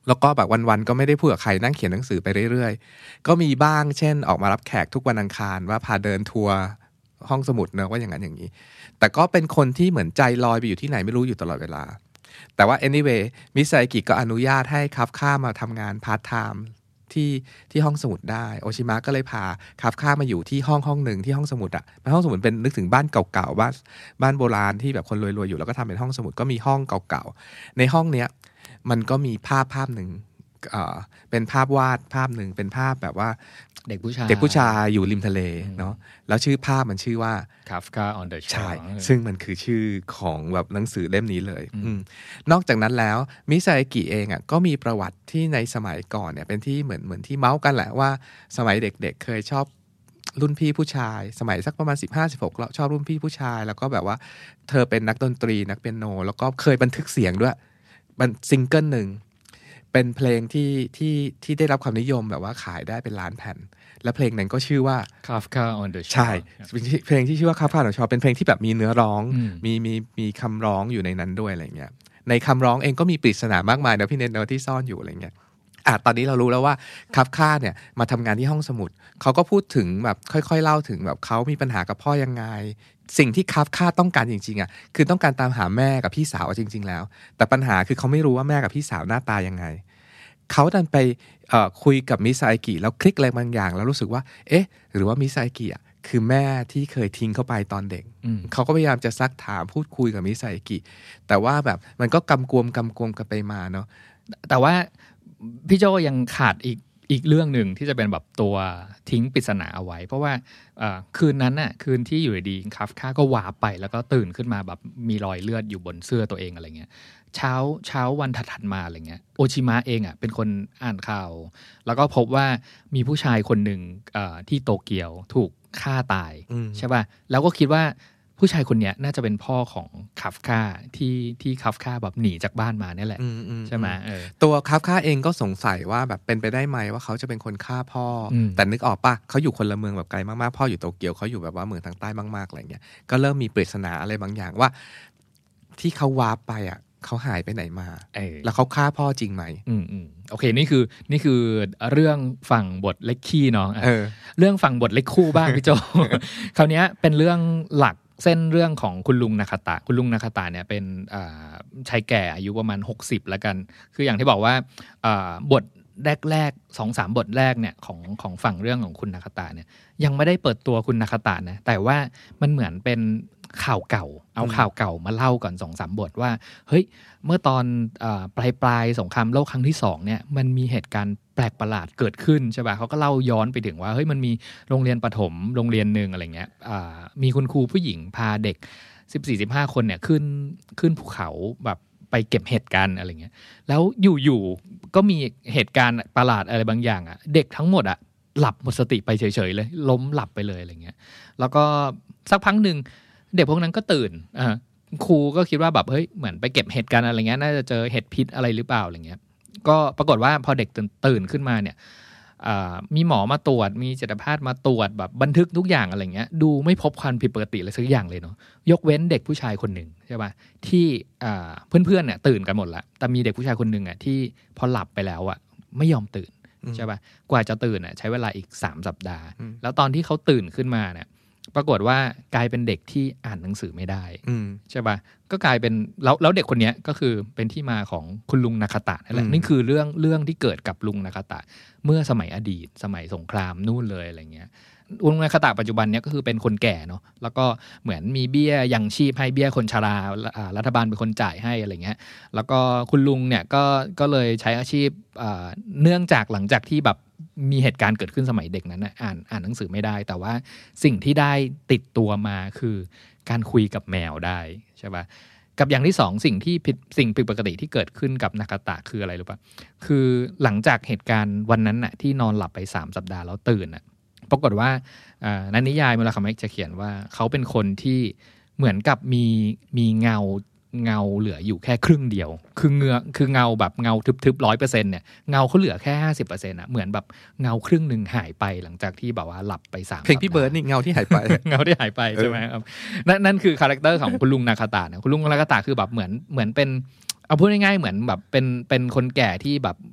แล้วก็แบบวันๆก็ไม่ได้พูดกับใครนั่งเขียนหนังสือไปเรื่อยๆก็มีบ้างเช่นออกมารับแขกทุกวันอังคารว่าพาเดินทัวร์ห้องสมุดเนอะว่าอย่างนั้นอย่างนี้แต่ก็เป็นคนที่เหมือนใจลอยไปอยู่ที่ไหนไม่รู้อยู่ตลอดเวลาแต่ว่า anyway มิซาอิกิก็อนุญาตให้คัฟค่ามาทำงานพาร์ทไทม์ที่ห้องสมุดได้โอชิมะก็เลยพาคัฟค่ามาอยู่ที่ห้องหนึ่งที่ห้องสมุดอ่ะห้องสมุดเป็นนึกถึงบ้านเก่าๆบ้านโบราณที่แบบคนรวยๆอยู่แล้วก็ทำเป็นห้องสมุดก็มีห้องเก่าๆในห้องเนี้ยมันก็มีภาพหนึ่งเป็นภาพวาดภาพหนึ่งเป็นภาพแบบว่าเด็กผู้ชายอยู่ริมทะเลเนาะแล้วชื่อภาพมันชื่อว่า Kafka on the Shore ใช่ซึ่งมันคือชื่อของแบบหนังสือเล่มนี้เลยนอกจากนั้นแล้วมิซาอิกิเองอ่ะก็มีประวัติที่ในสมัยก่อนเนี่ยเป็นที่เหมือนที่เมาส์กันแหละว่าสมัยเด็กๆเคยชอบรุ่นพี่ผู้ชายสมัยสักประมาณ 15-16 แล้วชอบรุ่นพี่ผู้ชายแล้วก็แบบว่าเธอเป็นนักดนตรีนักเปียโนแล้วก็เคยบันทึกเสียงด้วยซิงเกิลหนึ่งเป็นเพลงที่ได้รับความนิยมแบบว่าขายได้เป็นล้านแผ่นและเพลงนั้นก็ชื่อว่า Kafka on the Shore ใช่เพลงที่ชื่อว่า Kafka on the Shore เป็นเพลงที่แบบมีเนื้อร้องมีคำร้องอยู่ในนั้นด้วยอะไรเงี้ยในคำร้องเองก็มีปริศนามากมายนะพี่เนทที่ซ่อนอยู่อะไรเงี้ยตอนนี้เรารู้แล้วว่าคัฟค่าเนี่ยมาทำงานที่ห้องสมุดเขาก็พูดถึงแบบค่อยๆเล่าถึงแบบเขามีปัญหากับพ่อยังไงสิ่งที่คัฟค่าต้องการจริงๆอ่ะคือต้องการตามหาแม่กับพี่สาวจริงๆแล้วแต่ปัญหาคือเขาไม่รู้ว่าแม่กับพี่สาวหน้าตายังไงเขาดันไปคุยกับมิซาอิกิแล้วคลิกอะไรบางอย่างแล้วรู้สึกว่าเอ๊ะหรือว่ามิซาอิกิอ่ะคือแม่ที่เคยทิ้งเขาไปตอนเด็กเขาก็พยายามจะซักถามพูดคุยกับมิซาอิกิแต่ว่าแบบมันก็กำกวมกันไปมาเนาะแต่ว่าพี่โจยังขาดอีกเรื่องหนึ่งที่จะเป็นแบบตัวทิ้งปริศนาเอาไว้เพราะว่าคืนนั้นน่ะคืนที่อยู่ดีคัฟค่าก็วาไปแล้วก็ตื่นขึ้นมาแบบมีรอยเลือดอยู่บนเสื้อตัวเองอะไรเงี้ยเช้าวันถัดมาอะไรเงี้ยโอชิมะเองอ่ะเป็นคนอ่านข่าวแล้วก็พบว่ามีผู้ชายคนหนึ่งที่โตเกียวถูกฆ่าตายใช่ป่ะแล้วก็คิดว่าผู้ชายคนนี้น่าจะเป็นพ่อของคัฟค่าที่คัฟค่าแบบหนีจากบ้านมาเนี่ยแหละใช่ไหมตัวคัฟค่าเองก็สงสัยว่าแบบเป็นไปได้ไหมว่าเขาจะเป็นคนฆ่าพ่อแต่นึกออกป่ะเขาอยู่คนละเมืองแบบไกลมากๆพ่ออยู่โตเกียวเขาอยู่แบบว่าเมืองทางใต้มากๆอะไรเงี้ยก็เริ่มมีปริศนาอะไรบางอย่างว่าที่เขาวาร์ปไปอ่ะเขาหายไปไหนมาแล้วเขาฆ่าพ่อจริงไหมโอเคนี่คือเรื่องฝั่งบทเล็กขี้เนาะเรื่องฝั่งบทเล็กคู่บ้างพี่โจ คราวนี้เป็นเรื่องหลักเส้นเรื่องของคุณลุงนาคาตะคุณลุงนาคาตะเนี่ยเป็นชายแก่อายุประมาณ60แล้วกันคืออย่างที่บอกว่าบทแรก 2-3 บทแรกเนี่ยของฝั่งเรื่องของคุณนาคาตะเนี่ยยังไม่ได้เปิดตัวคุณนาคาตะนะแต่ว่ามันเหมือนเป็นข่าวเก่าเอาข่าวเก่ามาเล่าก่อน 2-3 บทว่าเฮ้ยเมื่อตอนปลายสงครามโลกครั้งที่2เนี่ยมันมีเหตุการณ์แปลกประหลาดเกิดขึ้นใช่ป่ะเขาก็เล่าย้อนไปถึงว่าเฮ้ยมันมีโรงเรียนประถมโรงเรียนนึงอะไรเงี้ยมีคุณครูผู้หญิงพาเด็ก 14-15 คนเนี่ยขึ้นภูเขาแบบไปเก็บเห็ดกันอะไรเงี้ยแล้วอยู่ๆก็มีเหตุการณ์ประหลาดอะไรบางอย่างอ่ะเด็กทั้งหมดอ่ะหลับหมดสติไปเฉยๆเลยล้มหลับไปเลยอะไรเงี้ยแล้วก็สักพักนึงเด็กพวกนั้นก็ตื่นครูก็คิดว่าแบบเฮ้ยเหมือนไปเก็บเห็ดกันอะไรเงี้ยน่าจะเจอเห็ดพิษอะไรหรือเปล่าอะไรเงี้ยก็ปรากฏว่าพอเด็กตื่นขึ้นมาเนี่ยมีหมอมาตรวจมีจิตแพทย์มาตรวจแบบบันทึกทุกอย่างอะไรเงี้ยดูไม่พบความผิดปกติอะไรสักอย่างเลยเนาะยกเว้นเด็กผู้ชายคนหนึ่งใช่ป่ะที่เพื่อนๆเนี่ยตื่นกันหมดแล้วแต่มีเด็กผู้ชายคนหนึ่งอ่ะที่พอหลับไปแล้วอ่ะไม่ยอมตื่นใช่ป่ะกว่าจะตื่นอ่ะใช้เวลาอีก3 สัปดาห์แล้วตอนที่เขาตื่นขึ้นมาเนี่ยปรากฏว่ากลายเป็นเด็กที่อ่านหนังสือไม่ได้ใช่ป่ะก็กลายเป็นแล้วเด็กคนนี้ก็คือเป็นที่มาของคุณลุงนาคาตะนั่นแหละนี่คือเรื่องที่เกิดกับลุงนาคาตะเมื่อสมัยอดีตสมัยสงครามนู่นเลยอะไรเงี้ยลุงนาคาตะปัจจุบันเนี้ยก็คือเป็นคนแก่เนาะแล้วก็เหมือนมีเบี้ยยังชีพให้เบี้ยคนชรารัฐบาลเป็นคนจ่ายให้อะไรเงี้ยแล้วก็คุณลุงเนี่ยก็เลยใช้อาชีพเนื่องจากหลังจากที่แบบมีเหตุการณ์เกิดขึ้นสมัยเด็กนั้นนะอ่านหนังสือไม่ได้แต่ว่าสิ่งที่ได้ติดตัวมาคือการคุยกับแมวได้ใช่ป่ะกับอย่างที่2สิ่งผิดปกติที่เกิดขึ้นกับนาคาตะคืออะไรรู้ป่ะคือหลังจากเหตุการณ์วันนั้นน่ะที่นอนหลับไป3 สัปดาห์แล้วตื่นน่ะปรากฏว่าในนิยายมุราคามิจะเขียนว่าเขาเป็นคนที่เหมือนกับมีเงาเหลืออยู่แค่ครึ่งเดียวคือเงาแบบเงาทึบๆ 100% เนี่ยเงาเขาเหลือแค่ 50% อ่ะเหมือนแบบเงาครึ่งนึงหายไปหลังจากที่แบบว่าหลับไป3 เพลงพี่เบิร์ดนี่เงาที่หายไปเงาที่หายไปใช่ไหมครับนั่นคือคาแรคเตอร์ของคุณลุงนาคาตะนะคุณลุงนาคาตะคือแบบเหมือนเป็นเอาพูดง่ายๆเหมือนแบบเป็นคนแก่ที่แบบ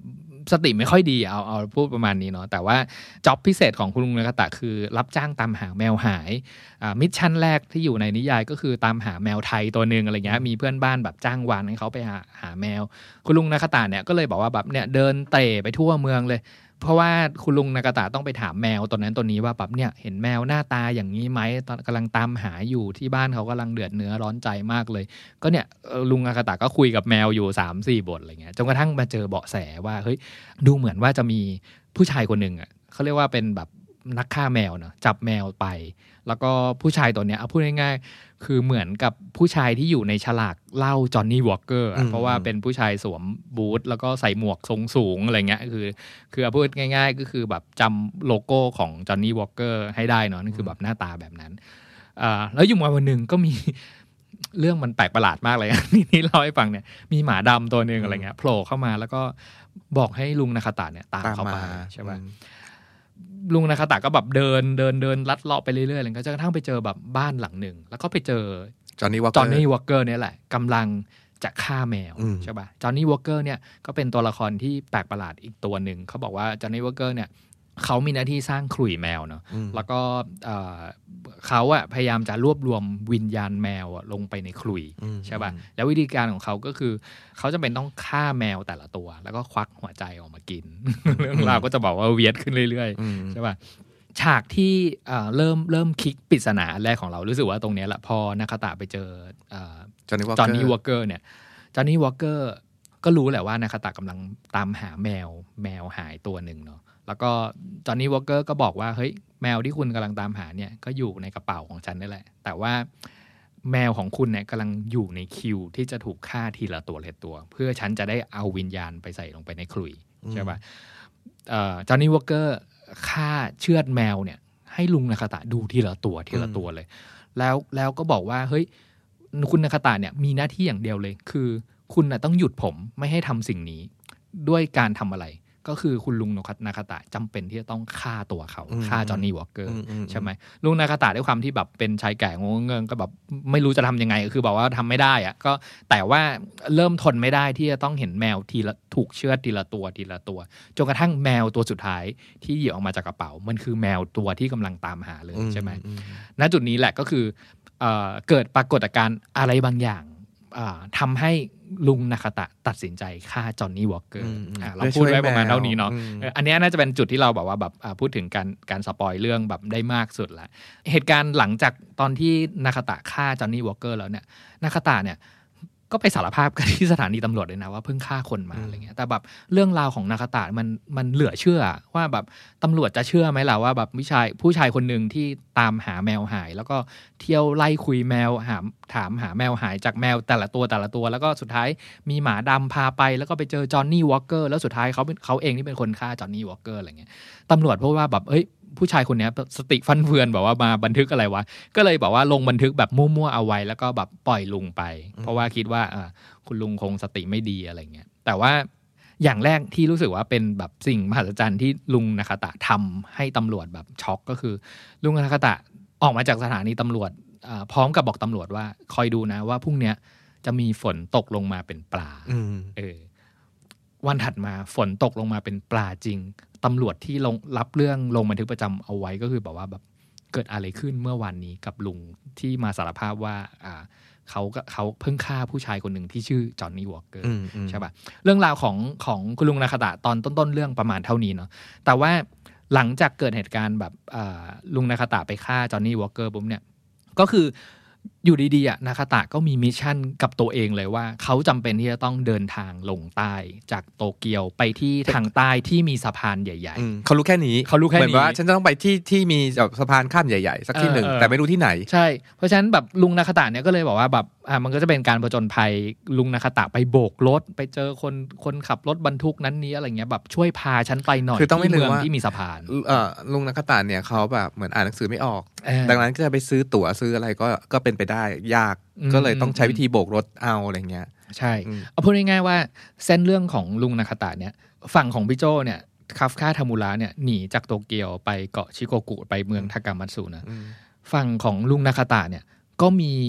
สติไม่ค่อยดีเอาพูดประมาณนี้เนาะแต่ว่าจ็อบพิเศษของคุณลุงนากาตะคือรับจ้างตามหาแมวหายมิชชั่นแรกที่อยู่ในนิยายก็คือตามหาแมวไทยตัวนึงอะไรเงี้ยมีเพื่อนบ้านแบบจ้างวานให้เขาไปหาแมวคุณลุงนากาตะเนี่ยก็เลยบอกว่าแบบเนี่ยเดินเตะไปทั่วเมืองเลยเพราะว่าคุณลุงนากาตะต้องไปถามแมวตัวนั้นตัวนี้ว่าแบบเนี่ยเห็นแมวหน้าตาอย่างนี้ไหมตอนกำลังตามหาอยู่ที่บ้านเขากำลังเดือดเนื้อร้อนใจมากเลยก็เนี่ยลุงนากาตะก็คุยกับแมวอยู่ 3-4 บทอะไรเงี้ยจนกระทั่งมาเจอเบาะแสว่าเฮ้ยดูเหมือนว่าจะมีผู้ชายคนหนึ่งเขาเรียกว่าเป็นแบบนักฆ่าแมวเนาะจับแมวไปแล้วก็ผู้ชายตัวเนี้ยเอาพูดง่ายๆคือเหมือนกับผู้ชายที่อยู่ในฉลากเล่าจอห์นนี่วอลเกอร์เพราะว่าเป็นผู้ชายสวมบูทแล้วก็ใส่หมวกทรงสูงอะไรเงี้ยคือพูดง่ายๆก็คือแบบจำโลโก้ของจอห์นนี่วอลเกอร์ให้ได้เนาะนั่นคือแบบหน้าตาแบบนั้นแล้วอยู่มาวันหนึ่งก็มีเรื่องมันแปลกประหลาดมากเลยนี่เล่าให้ฟังเนี่ยมีหมาดำตัวนึงอะไรเงี้ยโผล่เข้ามาแล้วก็บอกให้ลุงนาคาตะเนี่ยตามเข้าไปใช่ป่ะลุงนาคาตะก็แบบเดินลัดเลาะไปเรื่อยๆอะไรก็จนกระทั่งไปเจอแบบบ้านหลังหนึ่งแล้วก็ไปเจอจอห์นนี่วอลเกอร์เนี่ยแหละกำลังจะฆ่าแมวใช่ป่ะจอห์นนี่วอลเกอร์เนี่ยก็เป็นตัวละครที่แปลกประหลาดอีกตัวหนึ่งเขาบอกว่าจอห์นนี่วอลเกอร์เนี่ยเขามีหน้าที่สร้างขลุ่ยแมวเนาะแล้วก็เขาพยายามจะรวบรวมวิญญาณแมวลงไปในขลุ่ยใช่ป่ะแล้ววิธีการของเขาก็คือเขาจะเป็นต้องฆ่าแมวแต่ละตัวแล้วก็ควักหัวใจออกมากิน เรื่องราวก็จะบอกว่าเวียดขึ้นเรื่อยๆใช่ป่ะฉากที่เริ่มคลิกปริศนาแรกของเรารู้สึกว่าตรงนี้แหละพอนาคาตะไปเจอจอห์นนี่วอลเกอร์เนี่ยจอห์นนี่วอลเกอร์ก็รู้แหละว่านาคาตะกำลังตามหาแมวหายตัวหนึ่งเนาะแล้วก็จอห์นนี่วอลเกอร์ก็บอกว่าเฮ้ยแมวที่คุณกำลังตามหาเนี่ยก็อยู่ในกระเป๋าของฉันนี่แหละแต่ว่าแมวของคุณเนี่ยกำลังอยู่ในคิวที่จะถูกฆ่าทีละตัวเพื่อฉันจะได้เอาวิญญาณไปใส่ลงไปในขลุ่ยใช่ป่ะจอห์นนี่วอลเกอร์ฆ่าเชือดแมวเนี่ยให้ลุงนาคาตะดูทีละตัวเลยแล้วก็บอกว่าเฮ้ยคุณนาคาตะเนี่ยมีหน้าที่อย่างเดียวเลยคือคุณน่ะต้องหยุดผมไม่ให้ทำสิ่งนี้ด้วยการทำอะไรก็คือคุณลุงนาคาตะจำเป็นที่จะต้องฆ่าตัวเขาฆ่าจอห์นนี่วอลเกอร์ใช่ไหมลุงนาคาตะด้วยความที่แบบเป็นชายแก่งงเงิงก็แบบไม่รู้จะทำยังไงก็คือบอกว่าทำไม่ได้อะก็แต่ว่าเริ่มทนไม่ได้ที่จะต้องเห็นแมวถูกเชือดทีละตัวจนกระทั่งแมวตัวสุดท้ายที่หยิบออกมาจากกระเป๋ามันคือแมวตัวที่กำลังตามหาเลยใช่ไหมณจุดนี้แหละก็คือเกิดปรากฏการณ์อะไรบางอย่างทำให้ลุงนาคาตะตัดสินใจฆ่าจอห์นนี่วอลเกอร์เราพูดไว้ประมาณเท่านี้เนาะอันนี้น่าจะเป็นจุดที่เราแบบว่าแบบพูดถึงการสปอยเรื่องแบบได้มากสุดละเหตุการณ์หลังจากตอนที่นาคาตะฆ่าจอห์นนี่วอลเกอร์แล้วเนี่ยนาคาตะเนี่ยก็ไปสารภาพกันที่สถานีตำรวจเลยนะว่าเพิ่งฆ่าคนมาอะไรเงี้ยแต่แบบเรื่องราวของนาคาตะมันเหลือเชื่อว่าแบบตำรวจจะเชื่อไหมล่ะว่าแบบผู้ชายคนหนึ่งที่ตามหาแมวหายแล้วก็เที่ยวไล่คุยแมวถามหาแมวหายจากแมวแต่ละตัวแล้วก็สุดท้ายมีหมาดำพาไปแล้วก็ไปเจอจอห์นนี่วอลเกอร์แล้วสุดท้ายเขาเองที่เป็นคนฆ่าจอห์นนี่วอลเกอร์อะไรเงี้ยตำรวจพูดว่าแบบผู้ชายคนนี้สติฟั่นเฟือนบอกว่ามาบันทึกอะไรวะก็เลยบอกว่าลงบันทึกแบบมั่วๆเอาไว้แล้วก็แบบปล่อยลุงไปเพราะว่าคิดว่าคุณลุงคงสติไม่ดีอะไรเงี้ยแต่ว่าอย่างแรกที่รู้สึกว่าเป็นแบบสิ่งมหัศจรรย์ที่ลุงนาคาตะทำให้ตำรวจแบบช็อกก็คือลุงนาคาตะออกมาจากสถานีตำรวจพร้อมกับบอกตำรวจว่าคอยดูนะว่าพรุ่งนี้จะมีฝนตกลงมาเป็นปลาวันถัดมาฝนตกลงมาเป็นปลาจริงตำรวจที่รับเรื่องลงบันทึกประจำเอาไว้ก็คือบอกว่าแบบเกิดอะไรขึ้นเมื่อวานนี้กับลุงที่มาสารภาพว่าเขาเพิ่งฆ่าผู้ชายคนหนึ่งที่ชื่อจอห์นนี่วอลเกอร์ใช่ป่ะเรื่องราวของคุณลุงนาคาตะตอนต้นเรื่องประมาณเท่านี้เนาะแต่ว่าหลังจากเกิดเหตุการณ์แบบลุงนาคาตะไปฆ่าจอห์นนี่วอลเกอร์ปุ๊บเนี่ยก็คืออยู่ดีๆนาคาตะก็มีมิชชั่นกับตัวเองเลยว่าเขาจำเป็นที่จะต้องเดินทางลงใต้จากโตเกียวไปที่ทางใต้ที่มีสะพานใหญ่ๆเขารู้แค่นี้เหมือนว่าฉันจะต้องไปที่มีสะพานข้ามใหญ่ๆสักที่หนึ่งแต่ไม่รู้ที่ไหนใช่เพราะฉะนั้นแบบลุงนาคาตะเนี่ยก็เลยบอกว่าแบบมันก็จะเป็นการผจญภัยลุงนาคาตะไปโบกรถไปเจอคนขับรถบรรทุกนั้นนี้อะไรเงี้ยแบบช่วยพาฉันไปหน่อยที่เมืองที่มีสะพานลุงนาคาตะเนี่ยเขาแบบเหมือนอ่านหนังสือไม่ออกดังนั้นก็จะไปซื้อตั๋วซื้ออะไรก็เป็นไปได้ยากก็เลยต้องใช้วิธีโบกรถเอาอะไรเงี้ยใช่เอาพูดง่ายๆว่าเส้นเรื่องของลุงนาคาตะเนี่ยฝั่งของพี่โจเนี่ยคาฟคาทามุระเนี่ยหนีจากโตเกียวไปเกาะชิโกกุไปเมืองทากามัตสึนะฝั่งของลุงนาคาตะเนี่ยก็มี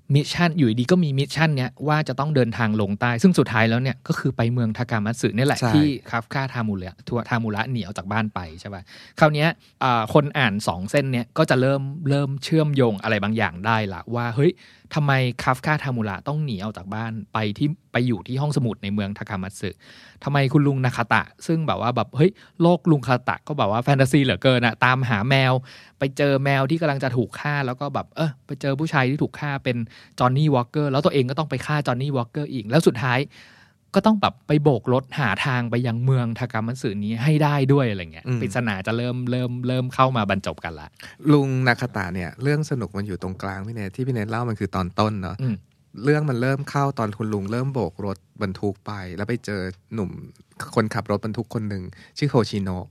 มิชชั่นอยู่ดีก็มีมิชชั่นเนี้ยว่าจะต้องเดินทางลงใต้ซึ่งสุดท้ายแล้วเนี่ยก็คือไปเมืองทากามัตสึนี่แหละที่คาฟคาทามูระหนีออกจากบ้านไปใช่ป่ะคราวเนี้ยคนอ่าน2เส้นเนี้ยก็จะเริ่มเชื่อมโยงอะไรบางอย่างได้ละว่าเฮ้ยทำไมคาฟคาทามูระต้องหนีออกจากบ้านไปอยู่ที่ห้องสมุดในเมืองทากามัตสึทำไมคุณลุงนาคาตะซึ่งแบบว่าแบบเฮ้ยโลกลุงคาตะก็แบบว่าแฟนตาซีเหลือเกินอะตามหาแมวไปเจอแมวที่กำลังจะถูกฆ่าแล้วก็แบบไปเจอผู้ชายที่ถูกฆ่าเป็นจอห์นนี่วอลเกอร์แล้วตัวเองก็ต้องไปฆ่าจอห์นนี่วอลเกอร์อีกแล้วสุดท้ายก็ต้องแบบไปโบกรถหาทางไปยังเมืองทากามัตสึนี้ให้ได้ด้วยอะไรเงี้ยปริศนาจะเริ่มเข้ามาบรรจบกันละลุงนาคาตะเนี่ยเรื่องสนุกมันอยู่ตรงกลางพี่เนทที่พี่เนทเล่ามันคือตอนต้นเนาะเรื่องมันเริ่มเข้าตอนคุณลุงเริ่มโบกรถบรรทุกไปแล้วไปเจอหนุ่มคนขับรถบรรทุกคนหนึ่งชื่อโฮชิโนะ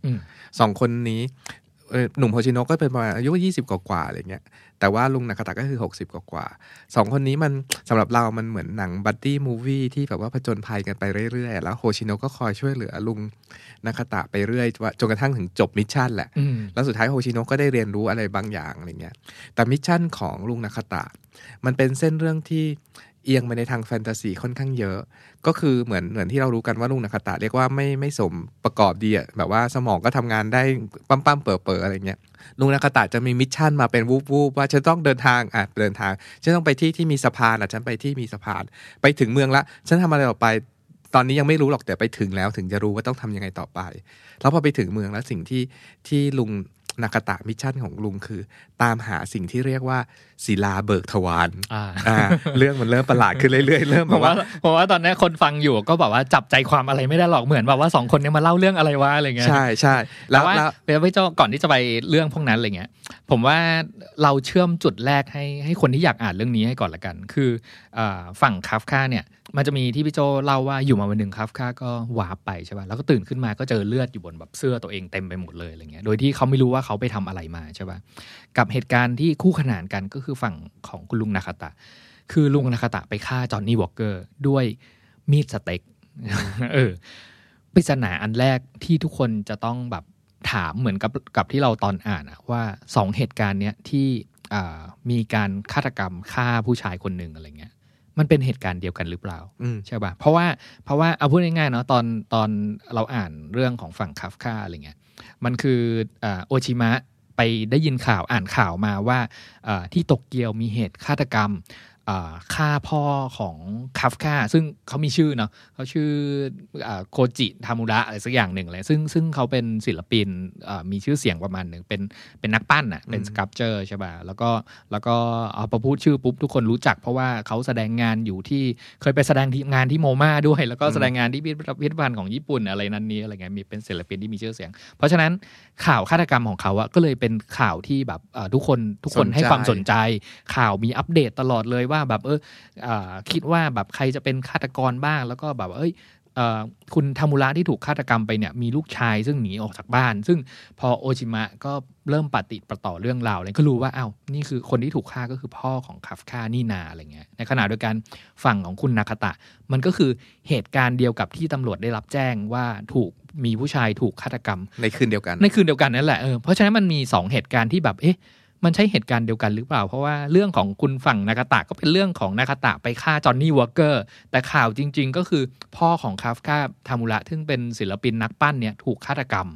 2คนนี้หนุ่มโฮชิโนะก็เป็นประมาณอายุ20กว่าอะไรเงี้ยแต่ว่าลุงนาคาตะก็คือ60กว่า2คนนี้มันสำหรับเรามันเหมือนหนังบัดดี้มูฟวี่ที่แบบว่าผจญภัยกันไปเรื่อยๆแล้วโฮชิโนะก็คอยช่วยเหลือลุงนาคาตะไปเรื่อยจนกระทั่งถึงจบมิชชั่นแหละแล้วสุดท้ายโฮชิโนะก็ได้เรียนรู้อะไรบางอย่างอะไรเงี้ยแต่มิชชั่นของลุงนาคาตะมันเป็นเส้นเรื่องที่เอียงไปในทางแฟนตาซีค่อนข้างเยอะก็คือเหมือนที่เรารู้กันว่าลุงนาคาตะเรียกว่าไม่สมประกอบดีอะแบบว่าสมองก็ทำงานได้ปั้มๆเป๋อๆอะไรเงี้ยลุงนาคาตะจะมีมิชชั่นมาเป็นวูบว่าฉันต้องเดินทางฉันต้องไปที่ที่มีสะพานฉันไปที่มีสะพานไปถึงเมืองละฉันทำอะไรต่อไปตอนนี้ยังไม่รู้หรอกแต่ไปถึงแล้วถึงจะรู้ว่าต้องทำยังไงต่อไปแล้วพอไปถึงเมืองแล้วสิ่งที่ลุงนาคาตะมิชชั่นของลุงคือตามหาสิ่งที่เรียกว่าศิลาเบิกทวารเรื่องมันเริ่มประหลาดขึ้นเรื่อยๆเริ่มแบบว่าเพราะว่าตอนนี้คนฟังอยู่ก็แบบว่าจับใจความอะไรไม่ได้หรอกเหมือนแบบว่า2คนนี้มาเล่าเรื่องอะไรวะอะไรเงี้ยใช่แล้วพี่โจ้ก่อนที่จะไปเรื่องพวกนั้นอะไรเงี้ยผมว่าเราเชื่อมจุดแรกให้คนที่อยากอ่านเรื่องนี้ให้ก่อนละกันคือฝั่งคาฟคาเนี่ยมันจะมีที่พี่โจเล่าว่าอยู่มาวันหนึ่งคาฟคาก็วาร์ปไปใช่ป่ะแล้วก็ตื่นขึ้นมาก็เจอเลือดอยู่บนแบบเสื้อตัวเองเต็มไปหมดเลยอะไรเงี้ยโดยที่เขาไม่รู้ว่าเขาไปทำอะไรมาใช่ป่ะกับเหตุการณ์ที่คู่ขนานกันก็คือฝั่งของคุณลุงนาคาตะคือลุงนาคาตะไปฆ่าจอห์นนี่วอลเกอร์ด้วยมีดสเต็กปริศนาอันแรกที่ทุกคนจะต้องแบบถามเหมือนกับที่เราตอนอ่านอะว่า2เหตุการณ์เนี้ยที่มีการฆาตกรรมฆ่าผู้ชายคนหนึ่งอะไรเงี้ยมันเป็นเหตุการณ์เดียวกันหรือเปล่าใช่ป่ะเพราะว่าเอาพูดง่ายๆเนาะตอนเราอ่านเรื่องของฝั่งคาฟคาอะไรเงี้ยมันคือโอชิมะไปได้ยินข่าวอ่านข่าวมาว่าที่โตเกียวมีเหตุฆาตกรรมฆ่าพ่อของคาฟคาซึ่งเขามีชื่อเนาะเขาชื่อโคจิทามุระอะไรสักอย่างหนึ่งเลยซึ่งเขาเป็นศิลปินมีชื่อเสียงประมาณหนึ่งเป็นนักปั้นอ่ะเป็นสครับเจอร์ใช่ป่ะแล้วก็พอพูดชื่อปุ๊บทุกคนรู้จักเพราะว่าเขาแสดงงานอยู่ที่เคยไปแสดงงานที่โมมาด้วยแล้วก็แสดงงานที่พิพิธภัณฑ์ของญี่ปุ่นอะไรนั้นนี้อะไรเงี้ยมีเป็นศิลปินที่มีชื่อเสียงเพราะฉะนั้นข่าวฆาตกรรมของเขาอะก็เลยเป็นข่าวที่แบบทุกคนให้ความสนใจข่าวมีอัปเดตตลอดเลยว่าแบบคิดว่าแบบใครจะเป็นฆาตกรบ้างแล้วก็แบบคุณทามุระที่ถูกฆาตกรรมไปเนี่ยมีลูกชายซึ่งหนีออกจากบ้านซึ่งพอโอชิมะก็เริ่มปฏิติดประต่อเรื่องราวเลยก็รู้ว่าอ้าวนี่คือคนที่ถูกฆ่าก็คือพ่อของคาฟคานี่นาอะไรเงี้ยในขณะเดียวกันฝั่งของคุณนาคาตะมันก็คือเหตุการณ์เดียวกับที่ตำรวจได้รับแจ้งว่ามีผู้ชายถูกฆาตกรรมในคืนเดียวกันนั่นแหละเพราะฉะนั้นมันมี2เหตุการณ์ที่แบบมันใช่เหตุการณ์เดียวกันหรือเปล่าเพราะว่าเรื่องของคุณฝั่งนาคาตะก็เป็นเรื่องของนาคาตะไปฆ่าจอห์นนี่วอลเกอร์แต่ข่าวจริงๆก็คือพ่อของคาฟคาทามุระซึ่งเป็นศิลปินนักปั้นเนี่ยถูกฆาตกรรม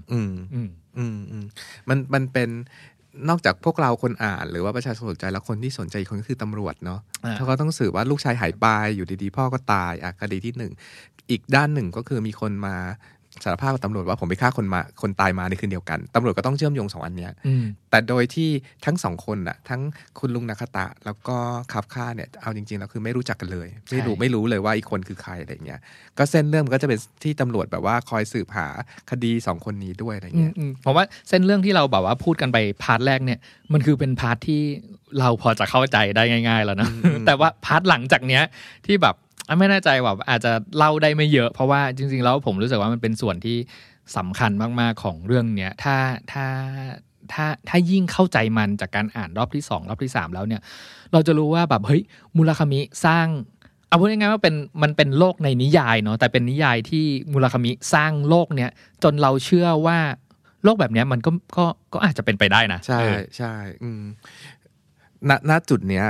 มันเป็นนอกจากพวกเราคนอ่านหรือว่าประชาชนสนใจแล้วคนที่สนใจคนก็คือตำรวจเนาะเขาก็ต้องสืบว่าลูกชายหายไปอยู่ดีๆพ่อก็ตายคดีที่1อีกด้านหนึ่งก็คือมีคนมาสารภาพกับตำรวจว่าผมไปฆ่าคนตายมาในคืนเดียวกันตำรวจก็ต้องเชื่อมโยง2อันเนี้ยแต่โดยที่ทั้ง2คนน่ะทั้งคุณลุงนาคาตะแล้วก็คาฟคาเนี่ยเอาจริงๆแล้วคือไม่รู้จักกันเลยไม่รู้เลยว่าอีกคนคือใครอะไรเงี้ยก็เส้นเรื่องมันก็จะเป็นที่ตำรวจแบบว่าคอยสืบหาคดี2คนนี้ด้วยอะไรเงี้ยผมว่าเส้นเรื่องที่เราแบบว่าพูดกันไปพาร์ทแรกเนี่ยมันคือเป็นพาร์ทที่เราพอจะเข้าใจได้ง่ายๆแล้วนะแต่ว่าพาร์ทหลังจากเนี้ยที่แบบไม่แน่ใจว่าอาจจะเล่าได้ไม่เยอะเพราะว่าจริงๆแล้วผมรู้สึกว่ามันเป็นส่วนที่สำคัญมากๆของเรื่องเนี้ยถ้ายิ่งเข้าใจมันจากการอ่านรอบที่2รอบที่3แล้วเนี่ยเราจะรู้ว่าแบบเฮ้ยมุราคามิสร้างเอาพูดง่ายๆว่ามันเป็นโลกในนิยายเนาะแต่เป็นนิยายที่มุราคามิสร้างโลกเนี้ยจนเราเชื่อว่าโลกแบบเนี้ยมันก็อาจจะเป็นไปได้นะใช่ณจุดเนี้ย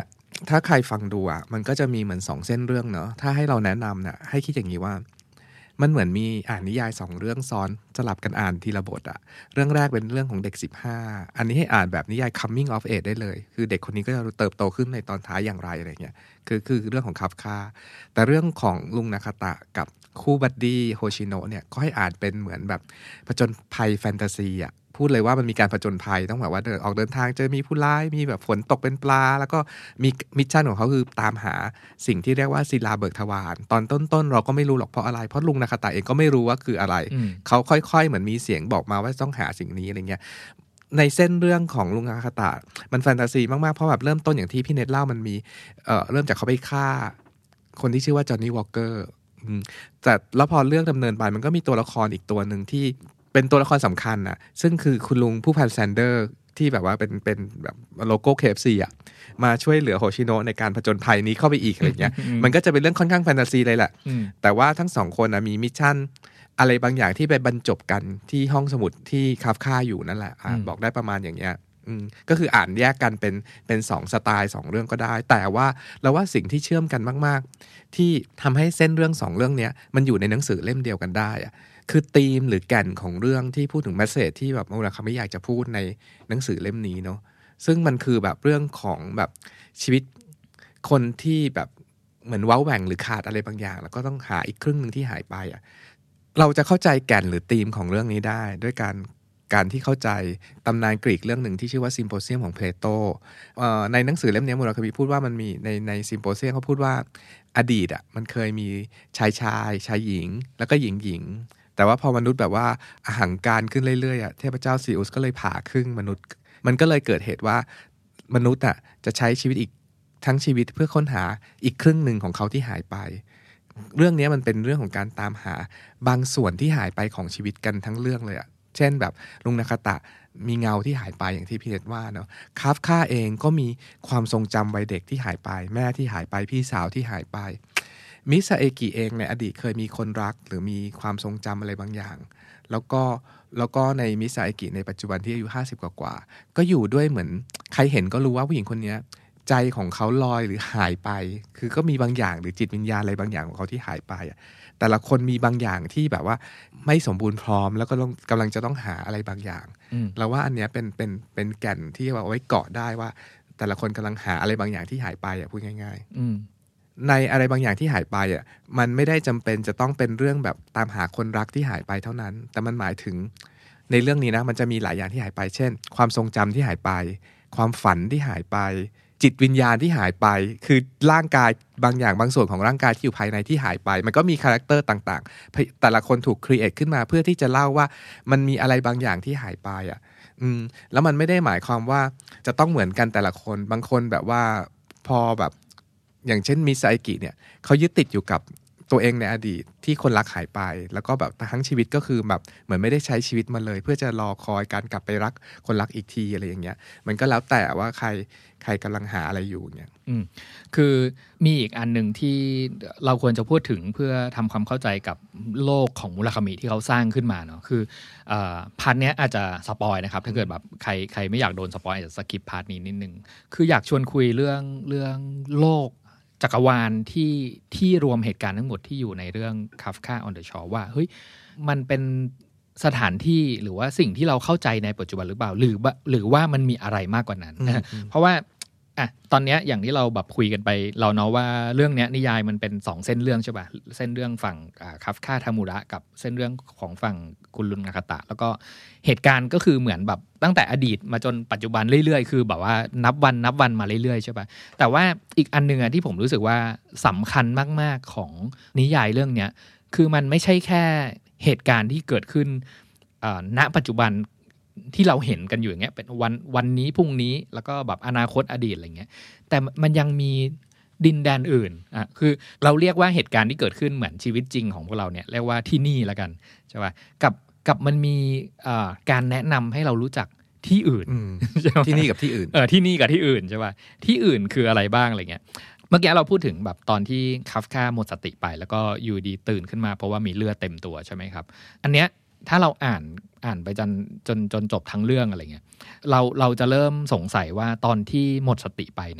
ถ้าใครฟังดูอ่ะมันก็จะมีเหมือน2เส้นเรื่องเนาะถ้าให้เราแนะนำเนี่ยให้คิดอย่างนี้ว่ามันเหมือนมีอ่านนิยาย2เรื่องซ้อนสลับกันอ่านทีละบทอะเรื่องแรกเป็นเรื่องของเด็ก15อันนี้ให้อ่านแบบนิยาย coming of age ได้เลยคือเด็กคนนี้ก็จะเติบโตขึ้นในตอนท้ายอย่างไรอะไรเงี้ยคือเรื่องของคัฟคาแต่เรื่องของลุงนาคาตะกับคู่บัดดี้โฮชิโนะเนี่ยก็ให้อ่านเป็นเหมือนแบบผจญภัยแฟนตาซีอะพูดเลยว่ามันมีการผจญภัยต้องแบบว่าออกเดินทางเจอมีผู้ร้ายมีแบบฝนตกเป็นปลาแล้วก็มีมิชชั่นของเขาคือตามหาสิ่งที่เรียกว่าศิลาเบิกทวารตอนต้นๆเราก็ไม่รู้หรอกเพราะอะไรเพราะลุงนาคาตะเองก็ไม่รู้ว่าคืออะไรเขาค่อยๆเหมือนมีเสียงบอกมาว่าต้องหาสิ่งนี้อะไรเงี้ยในเส้นเรื่องของลุงนาคาตะมันแฟนตาซีมากๆเพราะแบบเริ่มต้นอย่างที่พี่เน็ตเล่ามันมีเริ่มจากเขาไปฆ่าคนที่ชื่อว่าจอห์นนี่วอลเกอร์แต่แล้วพอเรื่องดำเนินไปมันก็มีตัวละครอีกตัวนึงที่เป็นตัวละครสำคัญนะซึ่งคือคุณลุงผู้พันแซนเดอร์ที่แบบว่าเป็นแบบโลโก้ KFC อ่ะมาช่วยเหลือโฮชิโนะในการผจญภัยนี้เข้าไปอีกอะไรเงี้ยมันก็จะเป็นเรื่องค่อนข้างแฟนตาซีเลยแหละแต่ว่าทั้งสองคนนะมีมิชชั่นอะไรบางอย่างที่ไปบรรจบกันที่ห้องสมุดที่คาฟคาอยู่นั่นแหละบอกได้ประมาณอย่างเงี้ยก็คืออ่านแยกกันเป็น2สไตล์2เรื่องก็ได้แต่ว่าเราว่าสิ่งที่เชื่อมกันมากๆที่ทำให้เส้นเรื่อง2เรื่องเนี้ยมันอยู่ในหนังสือเล่มเดียวกันได้อะคือธีมหรือแก่นของเรื่องที่พูดถึงเมสเสจที่แบบมุราคามิอยากจะพูดในหนังสือเล่มนี้เนาะซึ่งมันคือแบบเรื่องของแบบชีวิตคนที่แบบเหมือนเว้าแหว่งหรือขาดอะไรบางอย่างแล้วก็ต้องหาอีกครึ่งนึงที่หายไปอ่ะเราจะเข้าใจแก่นหรือธีมของเรื่องนี้ได้ด้วยการที่เข้าใจตำนานกรีกเรื่องหนึ่งที่ชื่อว่าซิมโพเซียมของเพลโตในหนังสือเล่มนี้มุราคามิพูดว่ามันมีในซิมโพเซียมเขาพูดว่าอดีตอ่ะมันเคยมีชายหญิงแล้วก็หญิงแต่ว่าพอมนุษย์แบบว่าอหังการขึ้นเรื่อยๆอ่ะเทพเจ้าซีอุสก็เลยผ่าครึ่งมนุษย์มันก็เลยเกิดเหตุว่ามนุษย์อ่ะจะใช้ชีวิตอีกทั้งชีวิตเพื่อค้นหาอีกครึ่งหนึ่งของเขาที่หายไปเรื่องนี้มันเป็นเรื่องของการตามหาบางส่วนที่หายไปของชีวิตกันทั้งเรื่องเลยอ่ะเช่นแบบลุงนาคาตะมีเงาที่หายไปอย่างที่พี่เนตว่าเนาะคาฟคาเองก็มีความทรงจำวัยเด็กที่หายไปแม่ที่หายไปพี่สาวที่หายไปมิซาเอกิเองในอดีตเคยมีคนรักหรือมีความทรงจำอะไรบางอย่างแล้วก็ในมิซาเอกิในปัจจุบันที่อายุ50กว่าก็อยู่ด้วยเหมือนใครเห็นก็รู้ว่าผู้หญิงคนนี้ใจของเขาลอยหรือหายไปคือก็มีบางอย่างหรือจิตวิญญาณอะไรบางอย่างของเขาที่หายไปแต่ละคนมีบางอย่างที่แบบว่าไม่สมบูรณ์พร้อมแล้วก็กำลังจะต้องหาอะไรบางอย่างเราว่าอันเนี้ยเป็นแก่นที่เอาไว้เกาะได้ว่าแต่ละคนกำลังหาอะไรบางอย่างที่หายไปพูดง่ายๆในอะไรบางอย่างที่หายไปมันไม่ได้จำเป็นจะต้องเป็นเรื่องแบบตามหาคนรักที่หายไปเท่านั้นแต่มันหมายถึงในเรื่องนี้นะมันจะมีหลายอย่างที่หายไปเช่นความทรงจำที่หายไปความฝันที่หายไปจิตวิญญาณที่หายไปคือร่างกายบางอย่างบางส่วนของร่างกายที่อยู่ภายในที่หายไปมันก็มีคาแรคเตอร์ต่างๆแต่ละคนถูกครีเอทขึ้นมาเพื่อที่จะเล่าว่ามันมีอะไรบางอย่างที่หายไปแล้วมันไม่ได้หมายความว่าจะต้องเหมือนกันแต่ละคนบางคนแบบว่าพอแบบอย่างเช่นมิซาเอกิเนี่ยเขายึดติดอยู่กับตัวเองในอดีตที่คนรักหายไปแล้วก็แบบทั้งชีวิตก็คือแบบเหมือนไม่ได้ใช้ชีวิตมาเลยเพื่อจะรอคอยการกลับไปรักคนรักอีกทีอะไรอย่างเงี้ยมันก็แล้วแต่ว่าใครกำลังหาอะไรอยู่เนี่ยคือมีอีกอันหนึ่งที่เราควรจะพูดถึงเพื่อทำความเข้าใจกับโลกของมุราคามิที่เขาสร้างขึ้นมาเนาะคือพาร์ทเนี้ยอาจจะสปอยนะครับถ้าเกิดแบบใครไม่อยากโดนสปอยอาจจะสกิปพาร์ทนี้นิดนึงคืออยากชวนคุยเรื่องโลกจักรวาลที่รวมเหตุการณ์ทั้งหมดที่อยู่ในเรื่อง Kafka on the Shore ว่าเฮ้ยมันเป็นสถานที่หรือว่าสิ่งที่เราเข้าใจในปัจจุบันหรือเปล่าหรือว่ามันมีอะไรมากกว่านั้นเพราะว่าตอนนี้อย่างที่เราแบบคุยกันไปเราเนาะว่าเรื่องนี้นิยายมันเป็น2เส้นเรื่องใช่ป่ะเส้นเรื่องฝั่งคัฟคาทามุระกับเส้นเรื่องของฝั่งคุณลุนนาคาตะแล้วก็เหตุการณ์ก็คือเหมือนแบบตั้งแต่อดีตมาจนปัจจุบันเรื่อยๆคือแบบว่านับวันมาเรื่อยๆใช่ป่ะแต่ว่าอีกอันนึงที่ผมรู้สึกว่าสำคัญมากๆของนิยายเรื่องนี้คือมันไม่ใช่แค่เหตุการณ์ที่เกิดขึ้นณปัจจุบันที่เราเห็นกันอยู่อย่างเงี้ยเป็นวันนี้พรุ่งนี้แล้วก็แบบอนาคตอดีตอะไรเงี้ยแต่มันยังมีดินแดนอื่นคือเราเรียกว่าเหตุการณ์ที่เกิดขึ้นเหมือนชีวิตจริงของพวกเราเนี่ยเรียกว่าที่นี่ละกันใช่ป่ะกับมันมีการแนะนำให้เรารู้จักที่อื่นที่นี่กับที่อื่นที่นี่กับที่อื่นใช่ป่ะที่อื่นคืออะไรบ้างอะไรเงี้ยเมื่อกี้เราพูดถึงแบบตอนที่คัฟคาหมดสติไปแล้วก็อยู่ดีตื่นขึ้นมาเพราะว่ามีเลือดเต็มตัวใช่ไหมครับอันเนี้ยถ้าเราอ่านไปจนจบทั้งเรื่องอะไรเงี้ยเราจะเริ่มสงสัยว่าตอนที่หมดสติไปเนี่ย